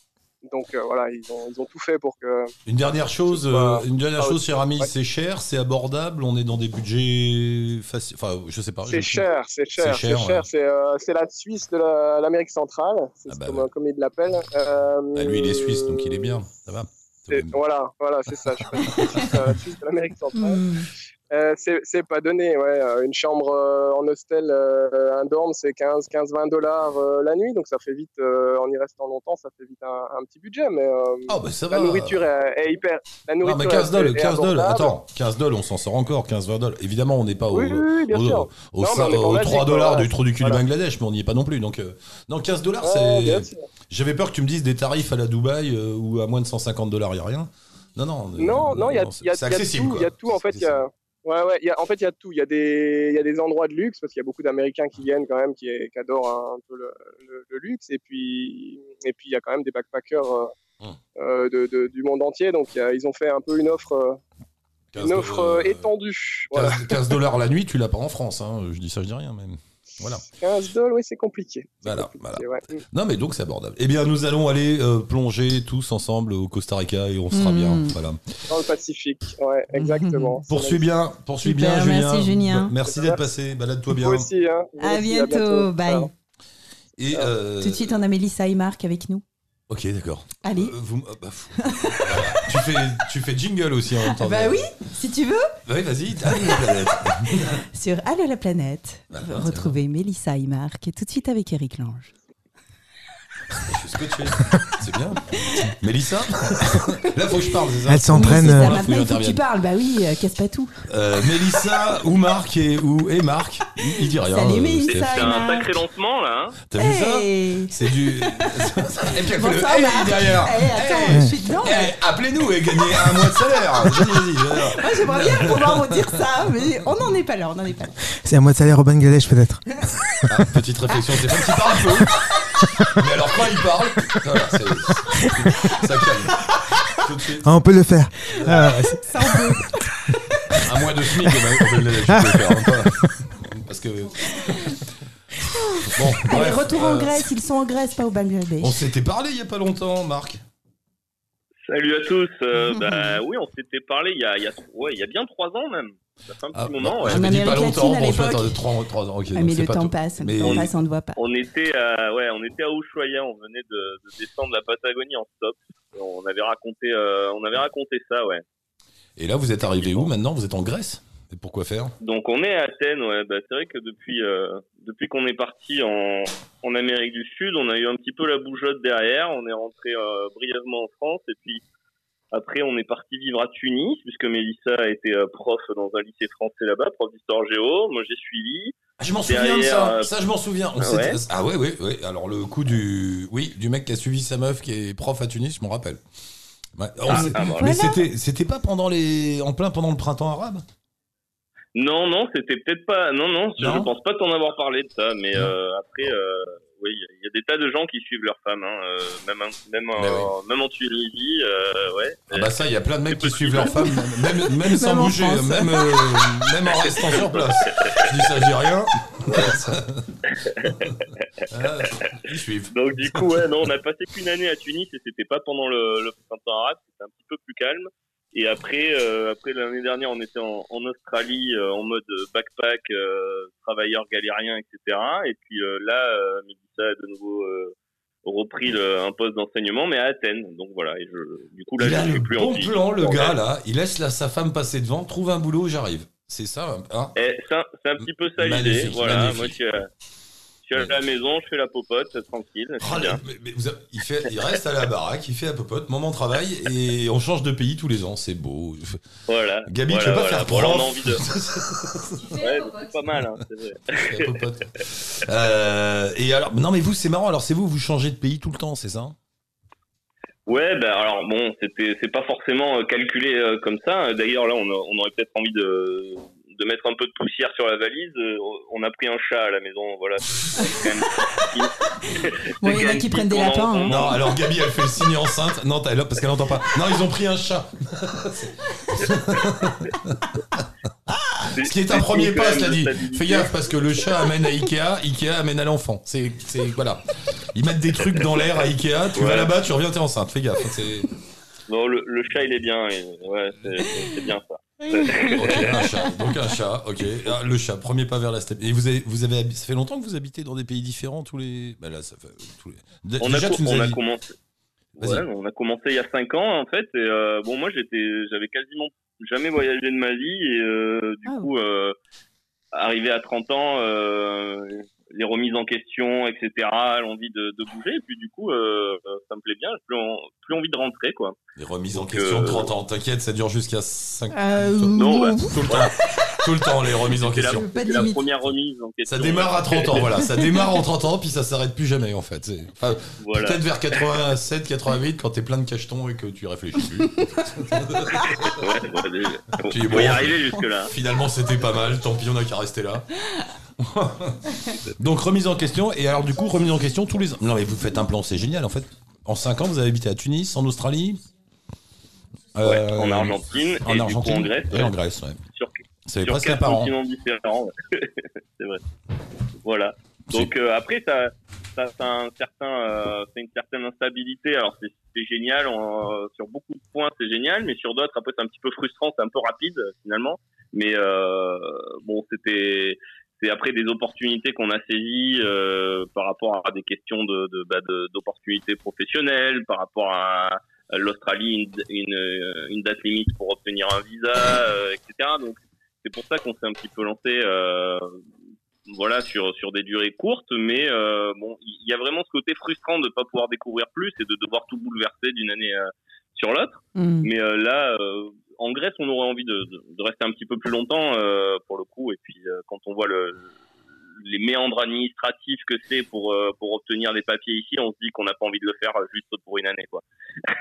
Donc euh, voilà, ils ont, ils ont tout fait pour que. Une dernière chose, Bah, euh, une dernière ah, chose, cher ami, ouais. c'est cher, c'est abordable, on est dans des budgets faciles. Enfin, je sais pas. C'est je- cher, c'est cher, C'est c'est cher, cher. ouais. C'est euh, c'est la Suisse de la- l'Amérique centrale, c'est Ah bah comme, ouais. comme ils l'appellent. Euh, Bah, lui, il est suisse, donc il est bien. Ça va. c'est- Voilà, voilà, c'est ça. Je suis pas sûr, c'est la Suisse de l'Amérique centrale. Hmm. Euh, c'est c'est pas donné, ouais. Euh, Une chambre euh, en hostel, euh, un dorm, c'est quinze vingt dollars euh, la nuit, donc ça fait vite, euh, en y restant longtemps, ça fait vite un, un petit budget, mais euh, Ah bah ça la va. nourriture est, est hyper. La Non, nourriture mais quinze est- dollars, est quinze dollars, abordable. attends, quinze dollars, on s'en sort encore, quinze vingt dollars. Évidemment, on n'est pas au, Oui, oui, oui, bien au, sûr. au, au Non, cin- mais on est en aux Asie, trois quoi, dollars voilà. du trou du cul Voilà. du Bangladesh, mais on n'y est pas non plus. Donc, euh, non, quinze dollars, Ouais, bien c'est. sûr. J'avais peur que tu me dises des tarifs à la Dubaï euh, où à moins de cent cinquante dollars, il n'y a rien. Non, non. euh, Non, non, il y a, c'est il y a- c'est il y a accessible. tout. quoi. Il y a tout. En fait, il y a. Ouais, ouais. il Y a, en fait, il y a tout. Il y a des, il y a des endroits de luxe parce qu'il y a beaucoup d'Américains qui viennent quand même, qui, qui adorent un, un peu le, le- le luxe. Et puis, et puis, il y a quand même des backpackers euh, Hum. euh, de, de- du monde entier. Donc, il y a- ils ont fait un peu une offre, euh, quinze une offre euh, euh, étendue. Voilà. quinze quinze dollars la nuit, tu l'as pas en France. Hein. Je dis ça, je dis rien même. Voilà. quinze dollars, oui, c'est compliqué. C'est Voilà, compliqué, voilà. ouais. Non, mais donc c'est abordable. Eh bien, nous allons aller euh, plonger tous ensemble au Costa Rica et on sera Mm. bien. Voilà. Dans le Pacifique. Ouais, exactement. Poursuis bien, poursuis Super, bien, Julien. merci, Julien. Merci d'être passé. Balade-toi bien. Vous aussi, hein. Vous À aussi, bientôt, bye. Ciao. Et euh, Tout de suite, on a Mélissa et Marc avec nous. Ok, d'accord. Allez. Euh, vous m- euh, bah, fou. tu fais, tu fais jingle aussi en même temps. Bah oui, si tu veux. Oui, vas-y. Allez, la planète. Sur Allô la planète, Voilà, retrouvez Mélissa et Marc et tout de suite avec Eric Lange. Je suis scotché. C'est bien. Mélissa. Là, faut que je parle. c'est ça Elle s'entraîne. Oui, c'est ça, euh, Faut maintenant qu'il il faut que tu intervienne. parles. Bah oui, euh, casse pas tout. Euh, Mélissa ou Marc et ou et Marc. Il, il dit rien. Salut, euh, Mélissa. Steph. C'est un Marc. sacré lancement là. Hein. T'as vu ça Hey. C'est du. Et puis elle fait le Bonsoir, hey Marc. derrière. Eh, attends, Hey. je suis dedans. là. Eh, appelez-nous et gagnez un mois de salaire. Vas-y, vas-y, vas-y. Moi, j'aimerais bien pouvoir vous dire ça, mais on n'en est pas là, on n'en est pas là. C'est un mois de salaire au Bangladesh, peut-être. Ah, petite réflexion, c'est pas qu'il parle peu. Mais alors quand il parle, voilà, c'est- ça calme. Tout de suite. Ah, on peut le faire. Ah, c'est- Ça, on peut. Un mois de SMIC, on peut le je peux le faire. hein, pas- Parce que. Bon, Allez, bref, retour en euh, Grèce, ils sont en Grèce, pas au Bangladesh. On s'était parlé il y a pas longtemps, Marc. Salut à tous. Euh, bah oui, on s'était parlé il y a, il y a, ouais, il y a bien trois ans même. Ça fait un petit Ah, moment. bah, ouais. j'avais En dit pas Amérique longtemps. latine, à Bon, je vais l'époque. attendre trois, trois ans. ok, Ah, donc mais c'est le pas temps tout. passe, Mais le temps on- passe, on ne voit pas. On était à, ouais, on était à Ushuaia. On venait de, de descendre la Patagonie en stop. On avait raconté, euh, on avait raconté ça, ouais. Et là, vous êtes arrivé où maintenant? Vous êtes en Grèce? Et pourquoi faire? Donc on est à Athènes, ouais. Bah, c'est vrai que depuis, euh, depuis qu'on est parti en, en Amérique du Sud, on a eu un petit peu la bougeotte derrière. On est rentré euh, brièvement en France et puis après on est parti vivre à Tunis puisque Mélissa a été euh, prof dans un lycée français là-bas, prof d'histoire géo. Moi j'ai suivi. Ah, je m'en souviens de Derrière, ça. euh, Ça, je m'en souviens. On Ah s'était- ouais ah ouais, ouais, ouais. Alors le coup du, oui, du mec qui a suivi sa meuf qui est prof à Tunis, je m'en rappelle. Ouais. On Ah, s'est- ah, bah, Mais Voilà. c'était, c'était pas pendant les, en plein pendant le printemps arabe. Non, non, c'était peut-être pas. Non, non, je Non ne pense pas t'en avoir parlé de ça, mais Non. euh, après, euh, oui, il y a des tas de gens qui suivent leurs femmes, hein, euh, même, en- même, en, Mais oui. même en Tunisie, euh, ouais. Ah bah ça, il y a plein de mecs qui C'est suivent leurs femmes, même, même sans Même en bouger, France. même, euh, même en restant sur place. Je dis ça, je dis rien. Ah, ils suivent. Donc du coup, ouais, non, on a passé qu'une année à Tunis et c'était pas pendant le, le printemps arabe, c'était un petit peu plus calme. Et après, euh, après l'année dernière, on était en, en Australie euh, en mode backpack, euh, travailleur galérien, et cetera. Et puis euh, là, euh, Mélissa a de nouveau euh, repris le, un poste d'enseignement, mais à Athènes. Donc voilà, et je, du coup là, Il a je suis le plus en bon Suisse. plan, le Ouais. gars là. Il laisse la, sa femme passer devant, trouve un boulot, j'arrive. C'est ça, hein. Eh, c'est un, c'est un petit peu ça l'idée. Magnifique, Voilà, magnifique. moi je suis, à, je suis à la maison, je fais la popote, tranquille, c'est Oh, bien. là, mais, mais vous avez- il, fait, il reste à la baraque, il fait la popote, moment travail, et on change de pays tous les ans, c'est beau. Voilà. Gabi, voilà, tu veux pas voilà. faire Bon, alors, on a prof envie de. Ouais, c'est pas mal, hein, c'est vrai. La popote. Euh, et alors, non mais vous, c'est marrant, alors c'est vous, vous changez de pays tout le temps, c'est ça? Ouais, ben alors bon, c'était c'est pas forcément euh, calculé euh, comme ça. D'ailleurs là, on, a- on aurait peut-être envie de de mettre un peu de poussière sur la valise. Euh, on a pris un chat à la maison, voilà. C'est quand même- Bon, il y en c'est a quand même qui prennent des on en- lapins, hein. on en- Non, alors Gabi, elle fait le signe enceinte. Non, t'as- parce qu'elle entend pas. Non, ils ont pris un chat. c'est- Ce qui est un c'est premier quand pas, même cela de dit. stabilité. Fais gaffe, parce que le chat amène à Ikea, Ikea amène à l'enfant. C'est, c'est, voilà. Ils mettent des trucs dans l'air à Ikea, tu Ouais. vas là-bas, tu reviens, t'es enceinte, fais gaffe. C'est... Non, le, le chat, il est bien. Et, ouais, c'est, c'est bien ça. Ok, un chat. Donc un chat, ok. Ah, le chat, premier pas vers la steppe. Et vous avez, vous avez, ça fait longtemps que vous habitez dans des pays différents tous les. Bah là, ça fait tous les. D- On, Déjà, a, co- tu nous on as a dit- commencé. Vas-y. Ouais, on a commencé il y a cinq ans en fait. Et euh, bon, moi, j'étais, j'avais quasiment jamais voyagé de ma vie et euh, du Ah. coup, euh, arrivé à trente ans, euh, les remises en question, et cetera, l'envie de, de bouger. Et puis du coup, euh, ça me plaît bien. J'ai plus, en- plus envie de rentrer, quoi. Les remises en Donc, question de euh, trente ans, t'inquiète, ça dure jusqu'à cinq Euh, Non, bah, Tout le temps. Tout le temps, les remises en C'est la, question. Pas de c'est la limite. première remise en question. Ça démarre à trente ans, voilà. Ça démarre en trente ans, puis ça s'arrête plus jamais, en fait. C'est- Enfin, Voilà. peut-être vers quatre-vingt-sept, quatre-vingt-huit, quand t'es plein de cachetons et que tu réfléchis plus. Ouais, ouais, déjà. On Puis va bon, y arriver jusque-là. Finalement, c'était pas mal. Tant pis, on a qu'à rester là. Donc, remise en question. Et alors, du coup, remise en question tous les ans. Non, mais vous faites un plan, c'est génial, en fait. En cinq ans, vous avez habité à Tunis, en Australie. Ouais, euh, en Argentine en et Argentine du coup en Grèce. et ouais. en Grèce, ouais. Sur, Ça fait sur presque un quatre par an. continents différents. ouais. C'est vrai. Voilà. Donc euh, après, ça, ça, ça a un certain, euh, c'est une certaine instabilité. Alors c'est, c'est génial on- sur beaucoup de points, c'est génial, mais sur d'autres, après c'est un petit peu frustrant, c'est un peu rapide euh, finalement. Mais euh, bon, c'était, c'est après des opportunités qu'on a saisies euh, par rapport à des questions de, de, bah, de d'opportunités professionnelles, par rapport à à l'Australie, une, une, une date limite pour obtenir un visa, euh, et cetera. Donc c'est pour ça qu'on s'est un petit peu lancé. Euh, voilà, sur sur des durées courtes, mais euh, bon, il y a vraiment ce côté frustrant de pas pouvoir découvrir plus et de devoir tout bouleverser d'une année euh, sur l'autre. Mm. Mais euh, là, euh, en Grèce, on aurait envie de, de, de rester un petit peu plus longtemps euh, pour le coup. Et puis euh, quand on voit le, les méandres administratifs que c'est pour euh, pour obtenir des papiers ici, on se dit qu'on n'a pas envie de le faire euh, juste pour une année, quoi.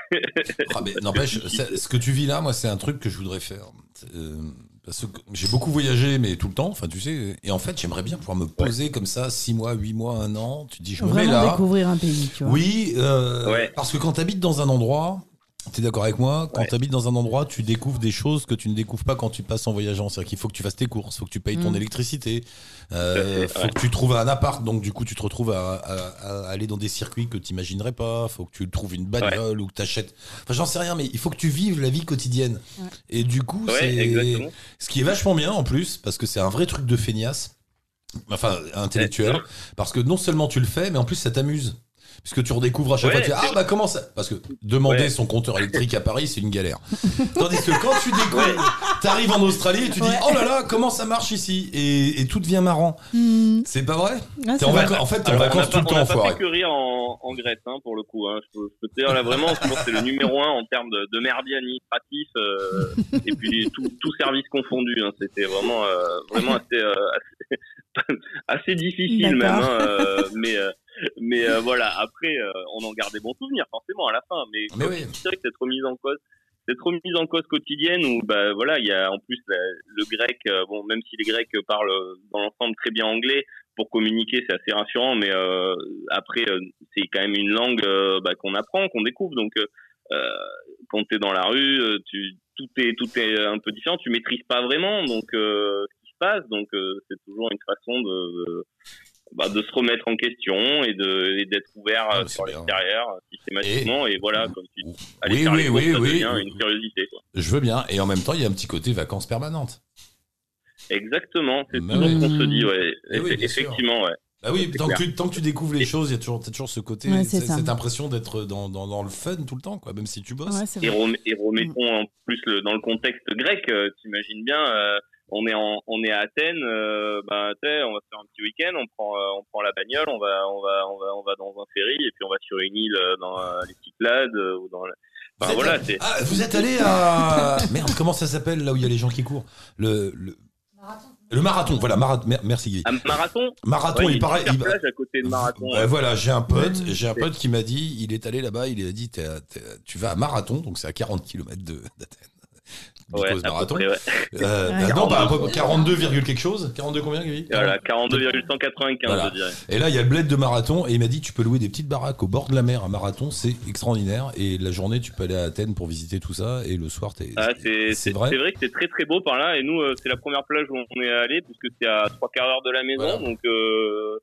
Ah, mais n'empêche, ça- ce que tu vis là, moi, c'est un truc que je voudrais faire. Euh, parce que j'ai beaucoup voyagé, mais tout le temps, enfin, tu sais. Et en fait, j'aimerais bien pouvoir me poser comme ça, six mois, huit mois, un an. Tu te dis, je me mets Vraiment là. découvrir un pays, tu vois. Oui, euh, Ouais. parce que quand tu habites dans un endroit, t'es d'accord avec moi, quand Ouais. tu habites dans un endroit, tu découvres des choses que tu ne découvres pas quand tu passes en voyageant. C'est-à-dire qu'il faut que tu fasses tes courses, il faut que tu payes ton Mm. électricité, euh, Tout à fait, faut ouais. que tu trouves un appart, donc du coup tu te retrouves à, à- à aller dans des circuits que tu n'imaginerais pas, faut que tu trouves une bagnole ou que tu achètes. Enfin, j'en sais rien, mais il faut que tu vives la vie quotidienne. Ouais. Et du coup, Ouais, c'est exactement. ce qui est vachement bien en plus, parce que c'est un vrai truc de feignasse, enfin intellectuel, Ouais. parce que non seulement tu le fais, mais en plus ça t'amuse. Puisque tu redécouvres à chaque Ouais, fois, tu dis, ah c'est- bah comment ça. Parce que demander Ouais. son compteur électrique à Paris, c'est une galère. Tandis que quand tu découvres, t'arrives en Australie et tu dis, Ouais. oh là là, comment ça marche ici, et, et tout devient marrant. Mm. C'est pas vrai? Ah, T'es c'est en, vrai. vacances- en fait, t'es en Alors, on vacances n'a tout pas, le on temps, n'a pas enfoiré. fait que rire en, en Grèce, hein, pour le coup. Hein. Je, peux, je peux te dire, là, vraiment, je pense que c'est le numéro un en termes de, de merdier administratif, euh, et puis tout, tout service confondu. Hein. C'était vraiment, euh, vraiment assez, euh, assez, assez difficile, même. D'accord. Hein, euh, mais euh, mais euh, voilà, après, euh, on en garde des bons souvenirs, forcément, à la fin. Mais, Mais comme oui. tu dis, c'est vrai que cette remise en cause, cette remise en cause quotidienne où bah voilà, il y a en plus la- le grec, euh, bon, même si les Grecs parlent euh, dans l'ensemble très bien anglais, pour communiquer c'est assez rassurant, mais euh, après euh, c'est quand même une langue euh, bah, qu'on apprend, qu'on découvre. Donc euh, euh, quand t'es dans la rue, euh, tu tout est tout est un peu différent, tu maîtrises pas vraiment donc euh, ce qui se passe, donc euh, c'est toujours une façon de, de bah, de se remettre en question et de et d'être ouvert Ah, euh, bah, sur c'est bien. l'extérieur euh, systématiquement et, voilà comme tu dis, aller Oui, faire oui, les courses, oui, ça oui. devient une curiosité, quoi. Je veux bien. Et en même temps, il y a un petit côté vacances permanentes. Exactement, c'est Bah toujours oui. ce qu'on se dit, ouais. Eh oui, Effe- bien sûr. effectivement, ouais. Bah oui, C'est tant que, clair. tu, tant que tu découvres les choses, il y a toujours, t'as toujours ce côté, Ouais, c'est c'est- ça. cette impression d'être dans, dans, dans le fun tout le temps, quoi, même si tu bosses. Ouais, c'est Et, vrai. rem- et remettons en plus le, dans le contexte grec, euh, t'imagines bien, euh, on est en, on est à Athènes, euh, bah, tu sais, on va faire un petit week-end, on prend, euh, on prend la bagnole, on va, on va, on va, on va dans un ferry et puis on va sur une île euh, dans euh, les Cyclades euh, ou dans. La... Vous Enfin êtes- voilà, c'est. Ah, vous êtes allé à. Merde, comment ça s'appelle là où il y a les gens qui courent le, le... le marathon, voilà, marathon. Merci Guy. À Marathon. Marathon, Ouais, il y a paraît. une super il- plage à côté de Marathon. Ouais, ouais. voilà, j'ai un pote, Mmh. j'ai un pote qui m'a dit, il est allé là-bas, il a dit, t'es à- t'es à- tu vas à Marathon, donc c'est à quarante kilomètres de- d'Athènes. Ouais, Because à peu Marathon. près, ouais. Euh, Ouais. bah non, bah, à peu- quarante-deux, virgule quelque chose. quarante-deux combien, Guy? Voilà, quarante-deux virgule cent quatre-vingt-quinze, Voilà. je dirais. Et là, il y a le bled de Marathon, et il m'a dit, tu peux louer des petites baraques au bord de la mer à Marathon, c'est extraordinaire. Et la journée, tu peux aller à Athènes pour visiter tout ça, et le soir, t'es. Ah, c'est, c'est c'est, vrai. c'est vrai que c'est très très beau par là. Et nous, euh, c'est la première plage où on est allé, puisque c'est à trois quarts d'heure de la maison. Voilà. Donc, euh,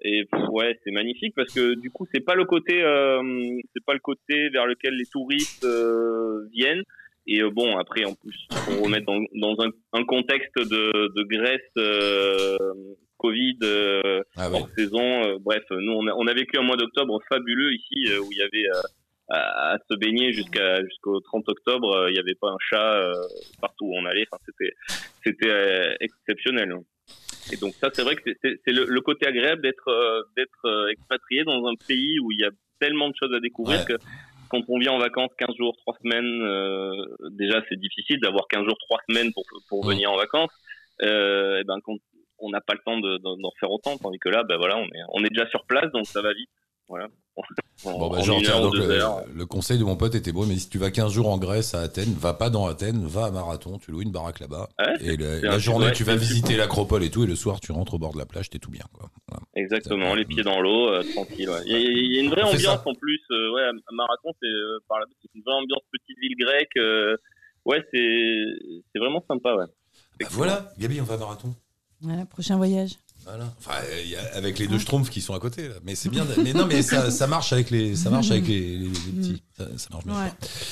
et pff, ouais, c'est magnifique parce que du coup, c'est pas le côté, euh, c'est pas le côté vers lequel les touristes euh, viennent. Et euh, bon, après, en plus, pour remettre dans, dans un, un contexte de, de Grèce, euh, Covid, euh, Ah ouais. hors saison. Euh, bref, nous, on a, on a vécu un mois d'octobre fabuleux ici, euh, où il y avait euh, à, à se baigner jusqu'à jusqu'au trente octobre. Euh, il n'y avait pas un chat euh, partout où on allait. Enfin, c'était c'était euh, exceptionnel. Et donc ça, c'est vrai que c'est, c'est, c'est le, le côté agréable d'être euh, d'être euh, expatrié dans un pays où il y a tellement de choses à découvrir Ouais. que quand on vient en vacances quinze jours, trois semaines, euh, déjà c'est difficile d'avoir quinze jours, trois semaines pour pour Ouais. venir en vacances. Euh, et ben quand on n'a pas le temps de, de, d'en faire autant, tandis que là, ben voilà, on est on est déjà sur place, donc ça va vite. Voilà. En, Bon, bah, en genre, une tiens, heure ou donc, deux le, heures. le conseil de mon pote était beau, mais si tu vas quinze jours en Grèce à Athènes, va pas dans Athènes, va à Marathon, tu loues une baraque là-bas. Ouais, et le- c'est la un- journée, ouais, tu vas c'est- visiter l'acropole et tout, et le soir, tu rentres au bord de la plage, t'es tout bien, quoi. Voilà. Exactement, Ça- les pieds dans l'eau, euh, tranquille. Ouais. Il, y a, il y a une vraie On fait ambiance ça. en plus. Euh, ouais, à à Marathon, c'est euh, par là, c'est une vraie ambiance petite ville grecque. Euh, ouais, c'est c'est vraiment sympa. Ouais. Bah, voilà, Gabi, on va à Marathon. Voilà, prochain voyage. Voilà. Enfin, il y a- avec les deux schtroumpfs qui sont à côté, là. Mais c'est bien. de- Mais non, mais ça, ça marche avec les, ça marche avec les, les- les petits. Ça, ça marche bien. Ouais.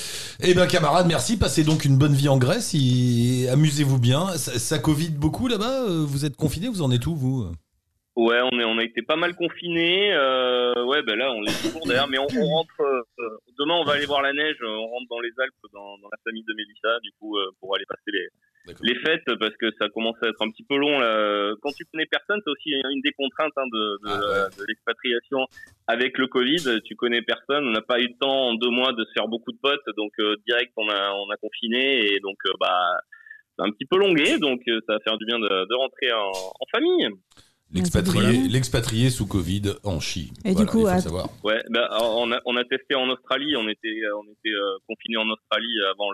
Eh ben, camarades, merci. Passez donc une bonne vie en Grèce. Et amusez-vous bien. Ça, ça Covid beaucoup là-bas. Euh, Vous êtes confinés. Vous en êtes où, vous? Ouais, on est on a été pas mal confinés. Euh, ouais, ben là, on est toujours d'ailleurs, mais on, on rentre. Euh, demain, on va aller voir la neige. On rentre dans les Alpes, dans, dans la famille de Mélissa, du coup, euh, pour aller passer les D'accord. les fêtes, parce que ça commence à être un petit peu long là. Quand tu connais personne, c'est aussi une des contraintes hein, de, de, Ah ouais. de l'expatriation avec le Covid. Tu connais personne, on n'a pas eu le temps en deux mois de se faire beaucoup de potes, donc euh, direct on a on a confiné et donc euh, bah c'est un petit peu longué, donc euh, ça va faire du bien de, de rentrer en, en famille. L'expatrié, Voilà. l'expatrié sous Covid en chie. Et du Voilà, coup, il faut à- le savoir. Ouais, bah on a on a testé en Australie, on était on était euh, confinés en Australie avant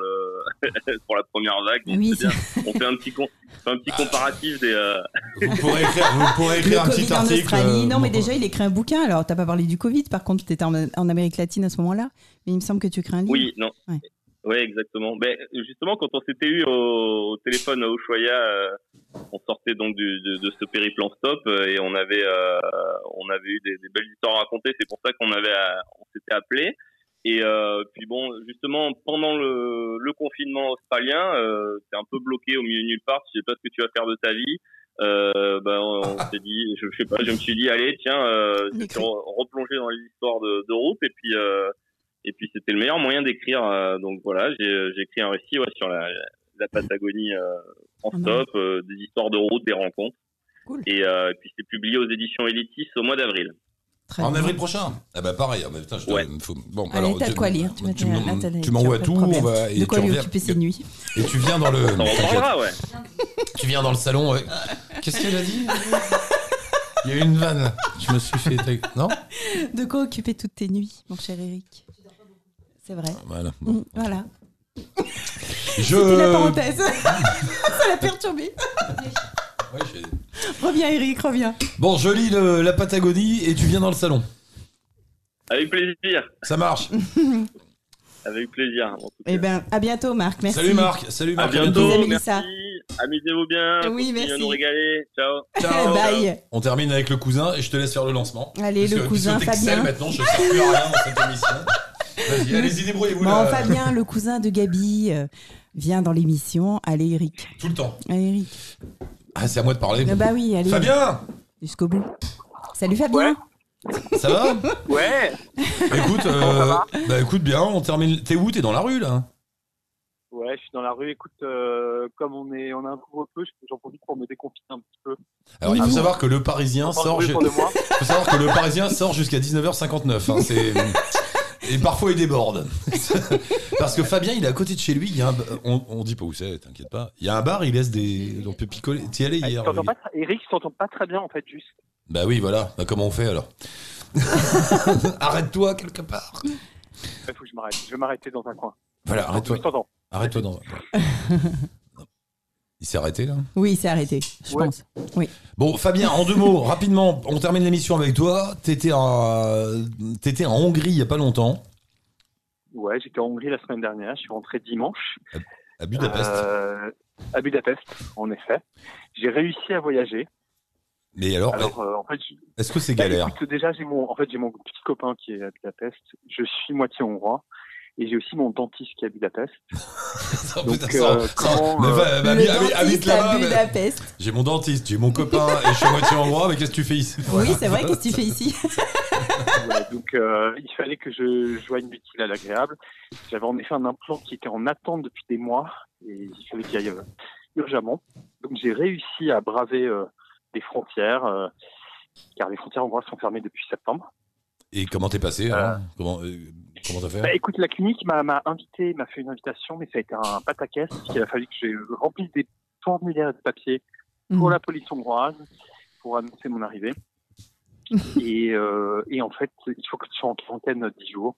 le pour la première vague, donc Oui, c'est bien. On fait un petit con, un petit comparatif des euh, Vous pourrez écrire, vous pourrez Le écrire un Covid petit en article. Australie. euh, Non, mais bon, déjà, il écrit un bouquin. Alors, t'as pas parlé du Covid. Par contre, t'étais en, en Amérique latine à ce moment-là. Mais il me semble que tu écris un livre. Oui, non. Ouais. Ouais, exactement. Ben, justement, quand on s'était eu au, au téléphone à Ushuaia, euh, on sortait donc du, de, de ce périple en stop euh, et on avait, euh, on avait eu des, des belles histoires à raconter. C'est pour ça qu'on avait, euh, on s'était appelé. Et euh, puis bon, justement, pendant le, le confinement australien, euh, t'es un peu bloqué au milieu de nulle part. Tu sais pas ce que tu vas faire de ta vie. Euh, ben, on, on s'est dit, je, je sais pas, je me suis dit, allez, tiens, euh, je vais Écris. re- replonger dans les histoires de, de route et puis. Euh, Et puis c'était le meilleur moyen d'écrire. Euh, donc voilà, j'ai, j'ai écrit un récit ouais, sur la, la Patagonie euh, en Ah bon. stop, euh, des histoires de route, des rencontres. Cool. Et euh, puis c'est publié aux éditions Elitis au mois d'avril. Très En bien. avril prochain. Ah bah pareil. Ah bah, putain, je te- Ouais. faut- Bon, Allez, alors, t'as tu- de quoi lire. Tu, vas tu te- m'en- là, t'as des- tu m'envoies pas de tout. problème. On va, et De quoi tu lui reviens- occuper ses nuits. Et tu viens dans le. On en t'inquiète. parlera, ouais. Tu viens dans le salon. Ouais. Qu'est-ce qu'elle a dit? Il y a eu une vanne. Là. Je me suis fait. Non. De quoi occuper toutes tes nuits, mon cher Eric. C'est vrai. Voilà. Bon. Mm, Voilà. Je. C'était la parenthèse. Ça l'a perturbé. Ouais, j'ai- Reviens, Eric, reviens. Bon, je lis le- la Patagonie et tu viens dans le salon. Avec plaisir. Ça marche. Avec plaisir. En tout cas. Eh ben, à bientôt, Marc. Merci. Salut Marc. Salut À Marc. bientôt. Bisous, Merci. Mélissa. Amusez-vous bien. Oui, Continuez merci. à nous régaler. Ciao. Ciao. Bye. On termine avec le cousin et je te laisse faire le lancement. Allez, Parce le que- cousin puisque t'excelles Fabien. maintenant, je ne sers plus à rien dans cette émission. Vas-y, allez-y, débrouillez-vous Bon, là. Fabien, le cousin de Gabi, euh, vient dans l'émission. Allez, Eric. Tout le temps. Allez, Eric. Ah, c'est à moi de parler. Ah bah oui, allez. Fabien, Jusqu'au bout. Salut, Fabien. ça va? Ouais, Écoute, euh, Comment ça va bah écoute bien, on termine. T'es où? T'es dans la rue là? ouais, je suis dans la rue. Écoute, euh, comme on est, on a un couvre-feu, j'en profite pour me déconfiner un petit peu. Alors il faut savoir que le Parisien Pas de sort. bruit ju- autour de moi. faut savoir que le Parisien sort jusqu'à dix-neuf heures cinquante-neuf. Hein, c'est... Et parfois il déborde. Parce que Fabien, il est à côté de chez lui. Il y a un... on, on dit pas où c'est, t'inquiète pas. Il y a un bar, il laisse des. On peut picoler. T'y allais Ah, hier? je t'entends lui pas tra- Eric, je t'entends pas très bien en fait, juste. Bah oui, voilà. Bah, comment on fait alors? Arrête-toi quelque part. Il faut que je m'arrête. Je vais m'arrêter dans un coin. Voilà, arrête-toi. Je t'entends. Arrête-toi dans. Il s'est arrêté là? Oui, c'est arrêté, je Ouais. pense. Oui. Bon, Fabien, en deux mots, rapidement, on termine l'émission avec toi. T'étais en, t'étais en Hongrie il y a pas longtemps, Ouais, j'étais en Hongrie la semaine dernière. Je suis rentré dimanche. à Budapest. Euh, à Budapest, en effet. J'ai réussi à voyager. Mais alors, Alors, euh, en fait, je- est-ce que c'est Bah, galère? écoute, déjà, j'ai mon, en fait, j'ai mon petit copain qui est à Budapest. Je suis moitié hongrois. Et j'ai aussi mon dentiste qui est à Budapest. Ça, Donc, putain, euh, ça- comment, mais euh, va- va- Le habite- habite dentiste là-bas, à mais- Budapest. J'ai mon dentiste, j'ai mon copain et je suis à moitié hongrois, mais qu'est-ce que tu fais ici? Oui, c'est vrai, qu'est-ce que tu fais ici? Ouais, donc, euh, il fallait que je joigne l'utile à l'agréable. J'avais en effet un implant qui était en attente depuis des mois et il fallait qu'il y aille euh, urgemment. Donc, j'ai réussi à braver euh, des frontières, euh, car les frontières hongroises sont fermées depuis septembre. Et comment t'es passé hein Comment euh, comment t'as fait? Bah, écoute, la clinique m'a, m'a invité, m'a fait une invitation, mais ça a été un pataquès, parce qu'il a fallu que je remplisse des formulaires de papier pour Mhm. la police hongroise, pour annoncer mon arrivée. et, euh, et en fait, il faut que tu sois en quarantaine dix jours.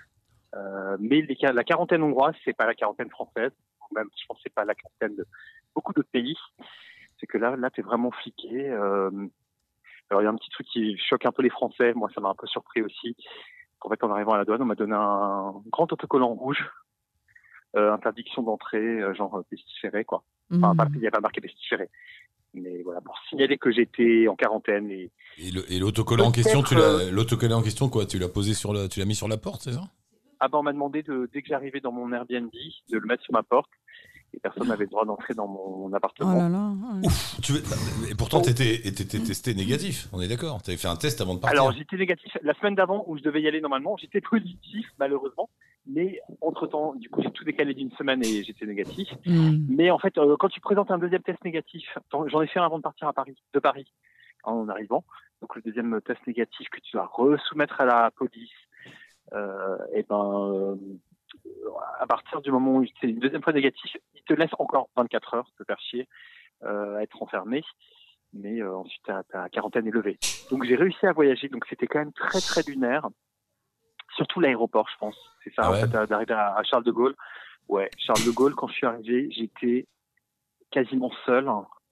Euh, mais les, la quarantaine hongroise, c'est pas la quarantaine française, ou même, je pense, que c'est pas la quarantaine de beaucoup d'autres pays. C'est que là, là, t'es vraiment fliqué. Euh, alors, il y a un petit truc qui choque un peu les Français. Moi, ça m'a un peu surpris aussi. En fait, en arrivant à la douane, on m'a donné un grand autocollant rouge, euh, interdiction d'entrée, euh, genre pestiféré, quoi. Enfin, Mhm. pas- il n'y a pas marqué pestiféré. Mais voilà, pour signaler que j'étais en quarantaine. Et, Et, le- et l'autocollant en Peut-être, question, tu l'as, euh, l'autocollant en question, quoi? Tu l'as posé sur le, tu l'as mis sur la porte, c'est ça? ah ben, on m'a demandé, de, dès que j'arrivais dans mon Airbnb, de le mettre sur ma porte. Et personne n'avait le droit d'entrer dans mon Oh appartement. là là. Ouf, tu veux- et pourtant, t'étais, t'étais testé négatif, on est d'accord? T'avais fait un test avant de partir. Alors, j'étais négatif. La semaine d'avant, où je devais y aller normalement, j'étais positif, malheureusement. Mais entre-temps, du coup, j'ai tout décalé d'une semaine et j'étais négatif. Mhm. Mais en fait, euh, quand tu présentes un deuxième test négatif, j'en j'en ai fait un avant de partir à Paris, de Paris, en arrivant. Donc, le deuxième test négatif que tu dois resoumettre à la police, euh, et ben, euh, à partir du moment où c'est une deuxième fois négatif, ils te laissent encore vingt-quatre heures te faire chier, euh, à être enfermé. Mais euh, ensuite, ta, ta quarantaine est levée. Donc, j'ai réussi à voyager. Donc, c'était quand même très, très lunaire. Surtout l'aéroport, je pense. C'est ça, Ah ouais en fait, d'arriver à, à Charles de Gaulle. Ouais, Charles de Gaulle, quand je suis arrivé, j'étais quasiment seul.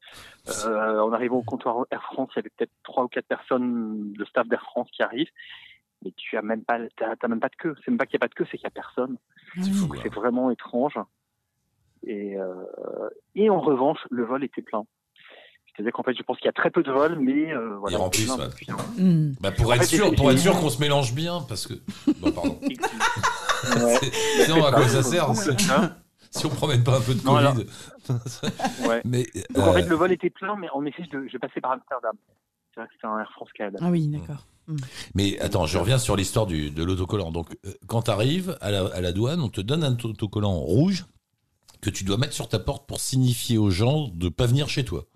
Euh, en arrivant au comptoir Air France, il y avait peut-être trois ou quatre personnes de staff d'Air France qui arrivent. Mais tu as même pas, t'as, t'as même pas de queue. C'est même pas qu'il n'y a pas de queue, c'est qu'il n'y a personne. C'est fou, Donc, là. c'est vraiment étrange. Et, euh, et en revanche, le vol était plein. C'est-à-dire qu'en fait, je pense qu'il y a très peu de vols, mais euh, voilà. Ils remplissent, plein ouais. depuis un- Mhm. Bah, pour En être fait, sûr, j'ai- pour être j'ai- sûr qu'on se mélange bien, parce que. Bon, pardon. Ouais. C'est- Sinon, à quoi ça sert? Hein Si on promène pas un peu de Non, alors- Covid. Ouais. Mais, Donc en euh, fait, le vol était plein, mais en effet, je, je passais par Amsterdam. C'est vrai que c'était un Air France Canada. Ah oui, d'accord. mais attends, je reviens sur l'histoire du, de l'autocollant. Donc, euh, quand tu arrives à la, à la douane, on te donne un autocollant rouge que tu dois mettre sur ta porte pour signifier aux gens de pas venir chez toi.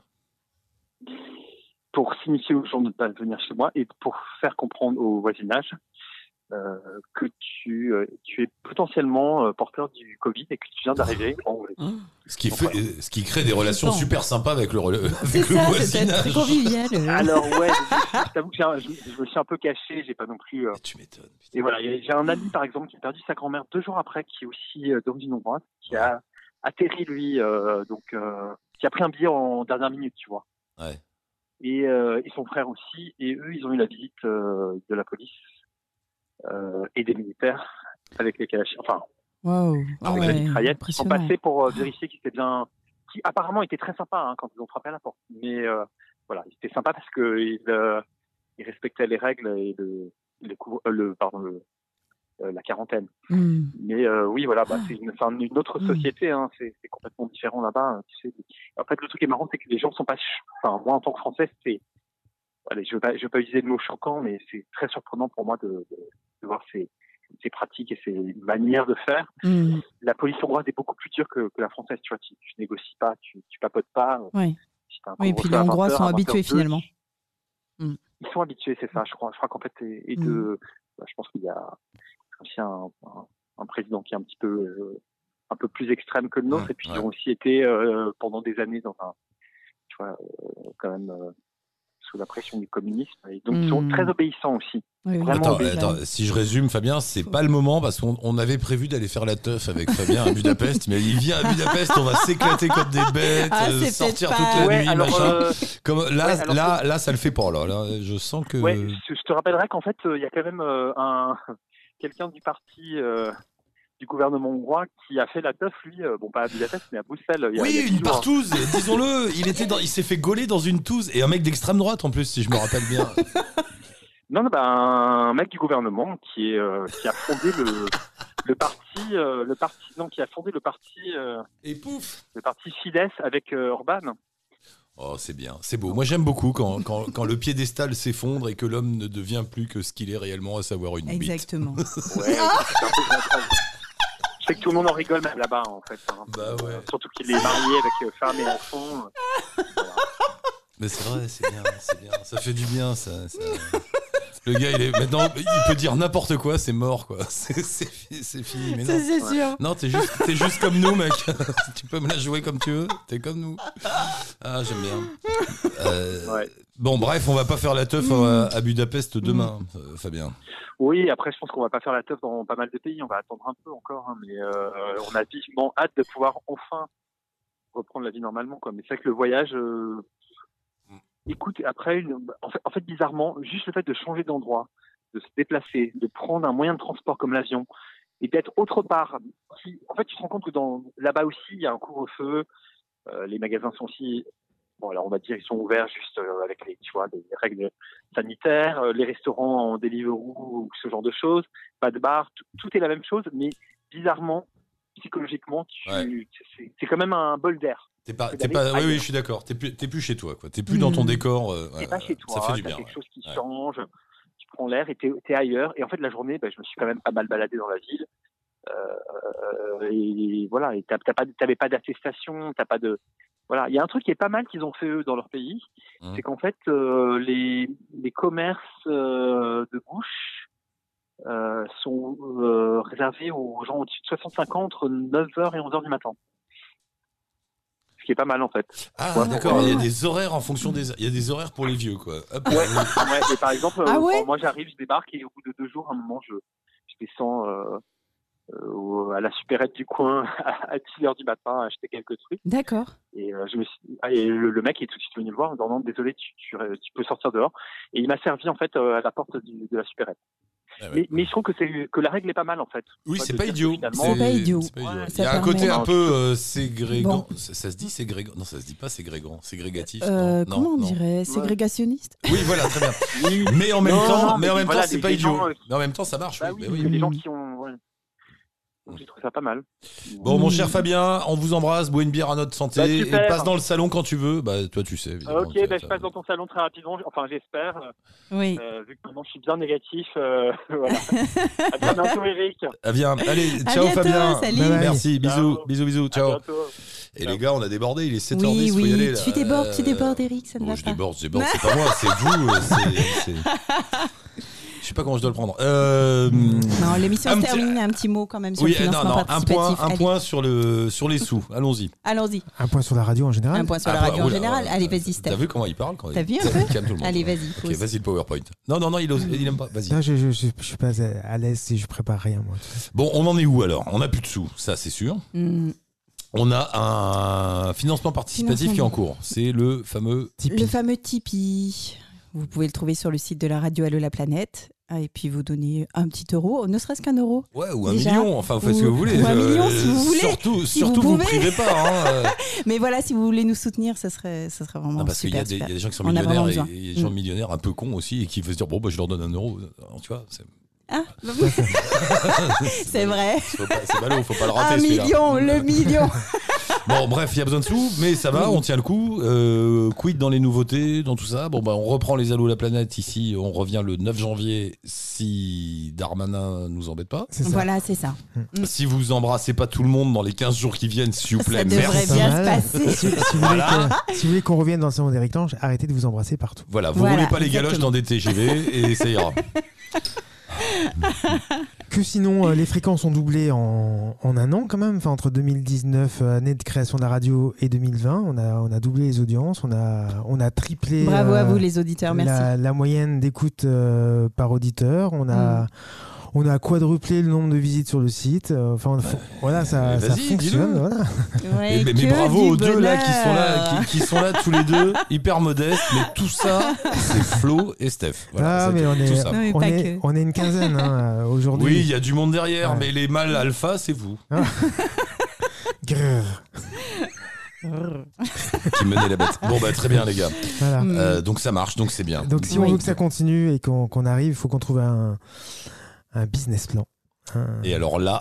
Pour signifier aux gens de ne pas venir chez moi et pour faire comprendre au voisinage euh, que tu, euh, tu es potentiellement euh, porteur du Covid et que tu viens d'arriver en Hongrie. Ce qui, Donc, fait, voilà. ce qui crée des relations Attends. super sympas avec le, rela- C'est avec le ça, c'est voisinage. très convivial. euh. Alors ouais, je, je t'avoue que j'ai un- je, je me suis un peu caché, j'ai pas non plus... euh, Tu m'étonnes. Et voilà, y a- j'ai un ami par exemple qui a perdu sa grand-mère deux jours après, qui est aussi euh, d'origine hongroise, qui a atterri lui, euh, donc euh, qui a pris un billet en dernière minute, tu vois. Ouais. Et, euh, et son frère aussi, et eux, ils ont eu la visite euh, de la police euh, et des militaires avec les kalachnikovs, enfin, Waouh. Ah avec la ouais, mitraillette, qui sont impressionnant. passés pour euh, vérifier qu'ils étaient bien, qui apparemment étaient très sympas hein, quand ils ont frappé à la porte. Mais euh, voilà, ils étaient sympas parce que ils, euh, ils respectaient les règles et le, le, couvre- euh, le pardon, le, euh, la quarantaine. Mhm. Mais euh, oui, voilà, bah, c'est une, c'est un- une autre Mm. société, hein, c'est c'est complètement différent là-bas. hein, Tu sais. En fait, le truc qui est marrant, c'est que les gens sont pas. ch- Enfin, moi, en tant que Français, c'est. Allez, je ne veux, pas- je veux pas utiliser le mot choquant, mais c'est très surprenant pour moi de, de, de voir ces, ces pratiques et ces manières de faire. Mhm. La police hongroise est beaucoup plus dure que, que la française. Tu vois, tu, tu négocies pas, tu, tu papotes pas. Ouais. Si t'as un Oui, et puis couvre-feu les à Hongrois vingt heures, sont à habitués vingt heures deux, finalement. Mm. Ils sont habitués, c'est ça, je crois. Je crois qu'en fait, et, et Mm. de, bah, je pense qu'il y a aussi un, un, un président qui est un petit peu, euh, un peu plus extrême que le nôtre, Ouais, et puis ouais. ils ont aussi été euh, pendant des années dans un, tu vois, euh, quand même euh, sous la pression du communisme, et donc ils sont Mm. très obéissants aussi. Oui, oui. Vraiment Attends, obéissants. attends, si je résume, Fabien, c'est pas le moment parce qu'on on avait prévu d'aller faire la teuf avec Fabien à Budapest, mais il vient à Budapest, on va s'éclater comme des bêtes, Ah, euh, c'est sortir peut-être toute pas- la Ouais, nuit, alors, machin. euh, Comme, là, ouais, alors là, là, ça le fait pas. Là, là je sens que. ouais, je, je te rappellerai qu'en fait, euh, il y a quand même euh, un quelqu'un du parti euh, du gouvernement hongrois qui a fait la teuf, lui, euh, bon pas à Budapest, mais à Bruxelles. Il y a, Oui, il y a une dix jours. partouze, disons-le. Il était dans, il s'est fait gauler dans une touze et un mec d'extrême droite en plus, si je me rappelle bien. Non, non, bah, un mec du gouvernement qui est euh, qui a fondé le le parti euh, le parti non qui a fondé le parti euh, et pouf le parti Fidesz avec euh, Orban. Oh, c'est bien, c'est beau. Moi, j'aime beaucoup quand, quand, quand le piédestal s'effondre et que l'homme ne devient plus que ce qu'il est réellement, à savoir une bite. Exactement. Ouais, c'est un peu grand. Je sais que tout le monde en rigole même là-bas en fait. Hein. Bah ouais. Euh, surtout qu'il est marié avec euh, femme et enfant. Voilà. Mais c'est vrai, c'est bien, c'est bien. Ça fait du bien, ça. ça... Le gars, il est maintenant, il peut dire n'importe quoi, c'est mort, quoi. C'est, c'est, c'est fini. Mais non, Ça, c'est sûr. Non, t'es juste, t'es juste comme nous, mec. Tu peux me la jouer comme tu veux. T'es comme nous. Ah, j'aime bien. Euh, Ouais. Bon, bref, on va pas faire la teuf à, à Budapest demain, euh, Fabien. Oui, après, je pense qu'on va pas faire la teuf dans pas mal de pays. On va attendre un peu encore, hein, mais euh, on a vivement hâte de pouvoir enfin reprendre la vie normalement, quoi. Mais c'est vrai que le voyage, euh, écoute, après, une, en, fait, en fait, bizarrement, juste le fait de changer d'endroit, de se déplacer, de prendre un moyen de transport comme l'avion et d'être autre part. Qui, en fait, tu te rends compte que dans, là-bas aussi, il y a un couvre-feu. Euh, les magasins sont aussi, bon, alors on va dire, ils sont ouverts juste euh, avec les, tu vois, des règles sanitaires. Euh, les restaurants en Deliveroo ou ce genre de choses, pas de bar, tout, tout est la même chose, mais bizarrement, psychologiquement, tu, Ouais. c'est, c'est quand même un bol d'air. T'es pas, C'est t'es d'aller pas, oui, ailleurs. oui, je suis d'accord. T'es plus, t'es plus chez toi, quoi. T'es plus dans ton Mhm. décor. euh, T'es ouais, pas ouais, chez toi, ça fait du t'as bien. quelque ouais. chose qui Ouais. change, tu prends l'air et t'es, t'es ailleurs. Et en fait, la journée, ben, je me suis quand même pas mal baladé dans la ville. Euh, et voilà, et t'as, t'as pas, t'avais pas d'attestation, t'as pas de, voilà. Il y a un truc qui est pas mal qu'ils ont fait eux dans leur pays, Mmh. c'est qu'en fait, euh, les, les commerces euh, de bouche euh, sont euh, réservés aux gens au-dessus de soixante-cinq ans entre neuf heures et onze heures du matin. Ce qui est pas mal en fait. Ah, Ouais, d'accord. ouais, Il y a ouais. des horaires en fonction des, il y a des horaires pour les vieux, quoi. Hop. Ouais, ouais, et par exemple, Ah euh, ouais moi j'arrive, je débarque et au bout de deux jours, à un moment, je, je descends euh, euh, au- à la supérette du coin à dix heures du matin à acheter quelques trucs. D'accord. Et, euh, je me suis, ah, et le, le mec est tout de suite venu me voir en disant non, désolé, tu, tu, tu peux sortir dehors. Et il m'a servi en fait euh, à la porte du, de la supérette. Ah ouais. Mais, mais je trouve que, c'est, que la règle est pas mal en fait. Oui, Ouais, c'est de pas dire que idiot. finalement- C'est pas idiot. c'est pas idiot. Ouais, Il y a ça un côté permet- un peu euh, ségrégant. Bon. Ça, ça se dit ségrégant. Non, ça se dit pas ségrégant. Ségrégatif. Euh, non, comment on non. dirait Ségrégationniste. Oui, voilà, très bien. Oui. Mais en même Non, temps, non, mais en même voilà, temps, c'est des- pas des idiot. gens, euh, Mais en même temps, ça marche. Bah oui, oui, bah oui, il y a oui. des gens qui ont. Ouais. Donc j'ai trouvé ça pas mal. Bon, mon Mm. cher Fabien, on vous embrasse. Bois une bière à notre santé. Bah, et super. passe dans le salon quand tu veux. Bah, toi, tu sais. évidemment, Ok, tu- ben, je tu- passe dans ton salon très rapidement. Enfin, j'espère. Oui. Euh, vu que maintenant je suis bien négatif. Euh, voilà. À bientôt, Eric. Ah, viens. Allez, À ciao bientôt, Fabien. salut. Bye bye. Merci. Bisous, Ciao. bisous, bisous. À Ciao. bientôt. Et les gars, on a débordé. Il est sept heures Oui, dix. Faut y oui. aller, là. Tu débordes, tu Euh, débordes, Eric, ça ne Bon, va je pas. déborde, je déborde. C'est pas moi, c'est vous. euh, c'est- c'est- Je sais pas comment je dois le prendre. Euh, Non, l'émission Un se petit- termine. Un petit mot quand même sur Oui, le non, financement non, un participatif. point, un Allez, point sur, le, sur les sous. Allons-y. allons-y. Un point sur la radio en général. Un point sur la Ah, radio en oula, général. ouais, Allez, t'as- vas-y, Steph. T'as vu comment il parle quand T'as il... vu un peu Calme tout le monde. Allez, vas-y. Ok, pose. vas-y le PowerPoint. Non, non, non, il, ose- il aime pas. Vas-y. Non, je, je, je, je suis pas à l'aise si je prépare rien, moi. Bon, on en est où alors? On n'a plus de sous, ça c'est sûr. Hmm. On a un financement participatif Financement. qui est en cours. C'est le fameux Tipeee. Le fameux Tipeee. Vous pouvez le trouver sur le site de la radio Allô la planète. Ah, et puis vous donnez un petit euro, ne serait-ce qu'un euro. Ouais, ou un Déjà. million, enfin, vous faites ce Ou- que vous voulez. ou un million, si vous voulez. Surtout, Si surtout vous vous, pouvez. privez pas. Hein, euh. Mais voilà, si vous voulez nous soutenir, ça serait, ça serait vraiment Non, parce qu'il y, super. a des- il y a super. des gens qui sont On a vraiment millionnaires besoin. et il y a des gens Mm. millionnaires un peu cons aussi et qui veulent se dire bon, bah, je leur donne un euro. Alors, tu vois, c'est, Ah, c'est vrai. faut pas- c'est ballot, faut pas le rater. Un celui-là. million, le million. Bon, bref, il y a besoin de sous, mais ça va, Oui. on tient le coup. Euh, quid dans les nouveautés, dans tout ça. Bon, bah, on reprend les Allô la planète ici. On revient le neuf janvier si Darmanin nous embête pas. C'est ça. Voilà, c'est ça. Si vous embrassez pas tout le monde dans les quinze jours qui viennent, s'il vous plaît, Ça devrait merci. Pas bien mal. se passer. Si, si vous voulez que- si vous voulez qu'on revienne dans le salon d'Éric Lange, arrêtez de vous embrasser partout. Voilà, vous Voilà, roulez pas les exactement. galoches dans des T G V et ça ira. Que sinon, euh, les fréquences ont doublé en, en un an quand même. Enfin, entre deux mille dix-neuf, euh, année de création de la radio, et deux mille vingt, on a, on a doublé les audiences, on a, on a triplé Bravo à euh, vous, les auditeurs, merci. la, la moyenne d'écoute euh, par auditeur. On a, on a quadruplé le nombre de visites sur le site. Euh, enfin, on- Ouais. voilà, ça, Mais ça vas-y, fonctionne. dis-le. Voilà. Ouais, Et- mais, que mais bravo du aux deux là qui sont là, bonheur. qui, qui sont là tous les deux, hyper modestes. Mais tout ça, c'est Flo et Steph. Voilà, ah, c'est mais on tout est, ça. Non, mais on, pas est, que. on est une quinzaine hein, aujourd'hui. Oui, il y a du monde derrière, Ouais. mais les mâles alpha, c'est vous Grrr. qui menez la bête. Bon bah très bien les gars. Voilà. Mm. Euh, donc ça marche, donc c'est bien. Donc si on Oui. veut que ça continue et qu'on qu'on arrive, il faut qu'on trouve un, un business plan. Un- Et alors là,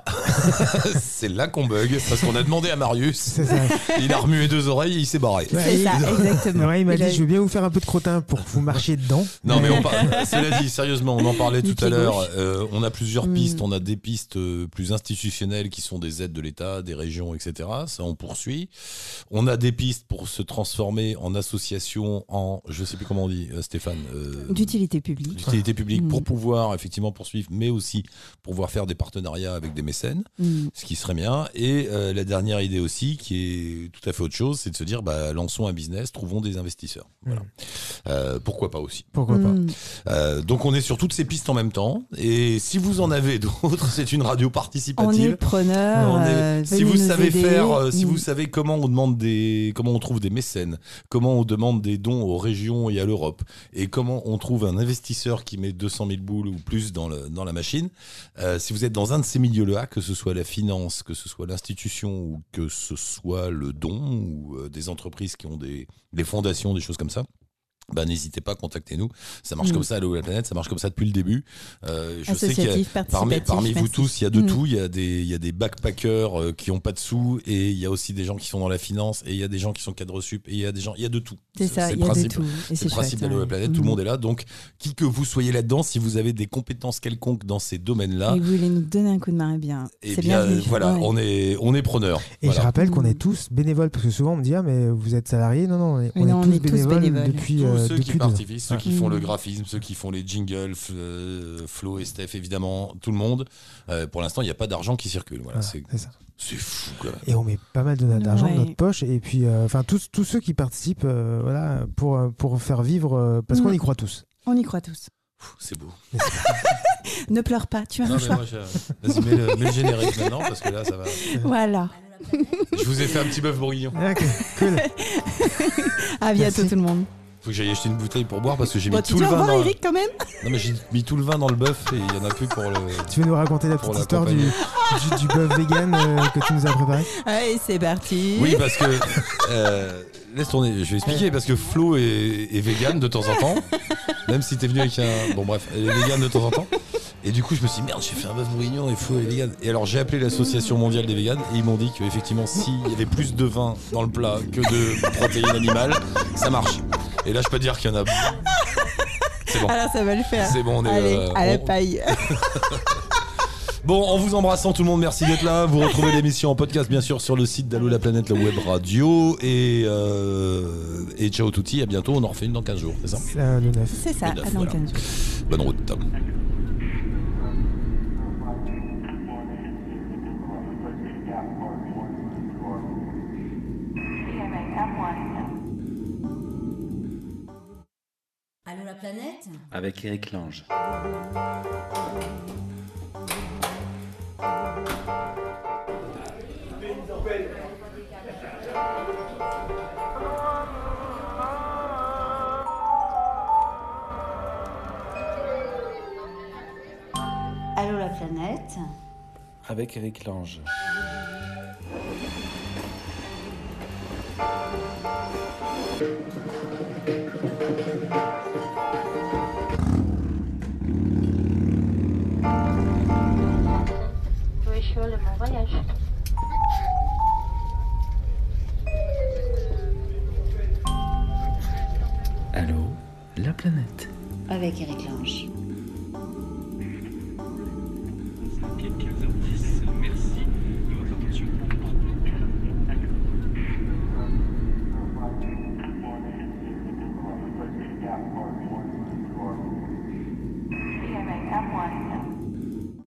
c'est là qu'on bug, parce qu'on a demandé à Marius, C'est ça. il a remué deux oreilles et il s'est barré. Ouais, C'est il- ça, exactement. Ouais, il m'a Il a- dit, je veux bien vous faire un peu de crottin pour que vous marchiez dedans. Non mais on par... cela dit, sérieusement, on en parlait Du tout à pied l'heure. gauche. Euh, on a plusieurs Mm. pistes. On a des pistes euh, plus institutionnelles qui sont des aides de l'État, des régions, et cetera. Ça, on poursuit. On a des pistes pour se transformer en association, en, je sais plus comment on dit, euh, Stéphane. euh, D'utilité publique. d'utilité publique Mm. pour pouvoir effectivement poursuivre, mais aussi pour pouvoir faire des partenariats avec des mécènes, Mm. ce qui serait bien. Et euh, la dernière idée aussi, qui est tout à fait autre chose, c'est de se dire, bah, lançons un business, trouvons des investisseurs. Voilà. Euh, pourquoi pas aussi. Pourquoi pas. Mm. Euh, donc on est sur toutes ces pistes en même temps. Et si vous en avez d'autres, c'est une radio On est participative. preneur. On est- euh, si venez vous nous savez aider. faire, euh, si Mm. vous savez comment on demande des, comment on trouve des mécènes, comment on demande des dons aux régions et à l'Europe, et comment on trouve un investisseur qui met deux cent mille boules ou plus dans, le, dans la machine, euh, si vous êtes dans un de ces milieux-là, que ce soit la finance, que ce soit l'institution ou que ce soit le don ou euh, des entreprises qui ont des, des fondations, des choses comme ça. Bah, n'hésitez pas, contactez-nous. Ça marche Mm. comme ça à Allô la planète, ça marche comme ça depuis le début. Euh, je sais qu'il y a, Associatif, parmi, participatif, parmi vous merci. tous, il y a de Mm. tout. Il y a des, il y a des backpackers euh, qui ont pas de sous, et il y a aussi des gens qui sont dans la finance, et il y a des gens qui sont cadres sup, et il y a des gens, il y a de tout. C'est ça, le il y a de principe. tout. Et C'est c'est le principe chouette, d'Allô la ouais. planète, tout le Mm. monde est là. Donc, qui que vous soyez là-dedans, si vous avez des compétences quelconques dans ces domaines-là, Et vous voulez nous donner un coup de main, bien. eh C'est bien, bienvenu. euh, voilà, Ouais. on est, on est preneurs. Et Voilà. je rappelle qu'on Mm. est tous bénévoles, parce que souvent on me dit, ah, mais vous êtes salariés. Non, non, on est, Mais on non, est on tous est tous bénévoles, bénévoles. depuis, Tous euh, ceux depuis qui deux ans. participent, ceux qui Ouais. font Mm. le graphisme, ceux qui font les jingles, F- euh, Flo et Steph évidemment, tout le monde. Euh, pour l'instant, il n'y a pas d'argent qui circule. Voilà, Voilà, c'est, c'est ça. c'est fou quand même. Et on met pas mal de notre- d'argent Ouais. de notre poche. Et puis, euh, enfin, tous, tous ceux qui participent, euh, voilà, pour, euh, pour faire vivre, euh, parce Mm. qu'on y croit tous. On y croit tous. Pff, c'est beau. Ne pleure pas, tu as Non, un mais choix. moi, je- Vas-y, mets le, mets le générique maintenant, parce que là, ça va. Voilà. Je vous ai fait un petit bœuf bourguignon. Ok, cool. À bientôt Merci. tout le monde. Faut que j'aille acheter une bouteille pour boire, parce que j'ai Bon, mis tu tout dis le au vin revoir, dans. Eric, quand même. Non, mais j'ai mis tout le vin dans le bœuf et il y en a plus pour le. Tu veux nous raconter la Pour petite histoire du, l'accompagner. du, du bœuf vegan euh, que tu nous as préparé? Allez, c'est parti. Oui, parce que. euh, laisse tourner, je vais expliquer, parce que Flo est, est vegan de temps en temps, même si t'es venu avec un. Bon, bref, elle est vegan de temps en temps. Et du coup, je me suis dit, merde, j'ai fait un bœuf bourguignon et Flo est vegan. Et alors, j'ai appelé l'association mondiale des véganes et ils m'ont dit qu'effectivement, s'il y avait plus de vin dans le plat que de protéines animales, ça marche. Et là, je peux dire qu'il y en a. C'est bon. Alors, ça va le faire. C'est bon, on est. Allez, euh, à la on- paille. Bon, en vous embrassant tout le monde, merci d'être là. Vous retrouvez l'émission en podcast, bien sûr, sur le site d'Allô la planète, la web radio. Et, euh, et ciao touti, à bientôt. On en refait une dans quinze jours, c'est ça? Euh, le neuf. C'est ça, Le neuf, à dans voilà. quinze jours. Bonne route. Allô la planète? Avec Eric Lange. Allô la planète? Avec Eric Lange. Joyeux le bon voyage. Allô, la planète. Avec Eric Lange. quinze heures dix,